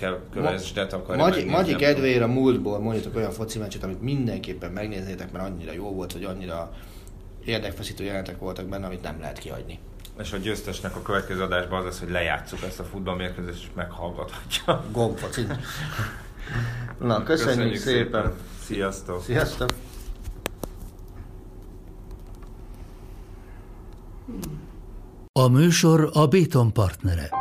Matyi kedvéért a múltból mondjatok olyan foci meccset, amit mindenképpen megnéznétek, mert annyira jó volt, hogy annyira érdekfeszítő jelenetek voltak benne, amit nem lehet kihagyni. És a győztesnek a következő adásban az lesz, hogy lejátszuk ezt a futballmérkőzést, és meghallgathatja. Gombfoci. Na, köszönjük szépen. Sziasztok. Sziasztok. A műsor a Béton partnere.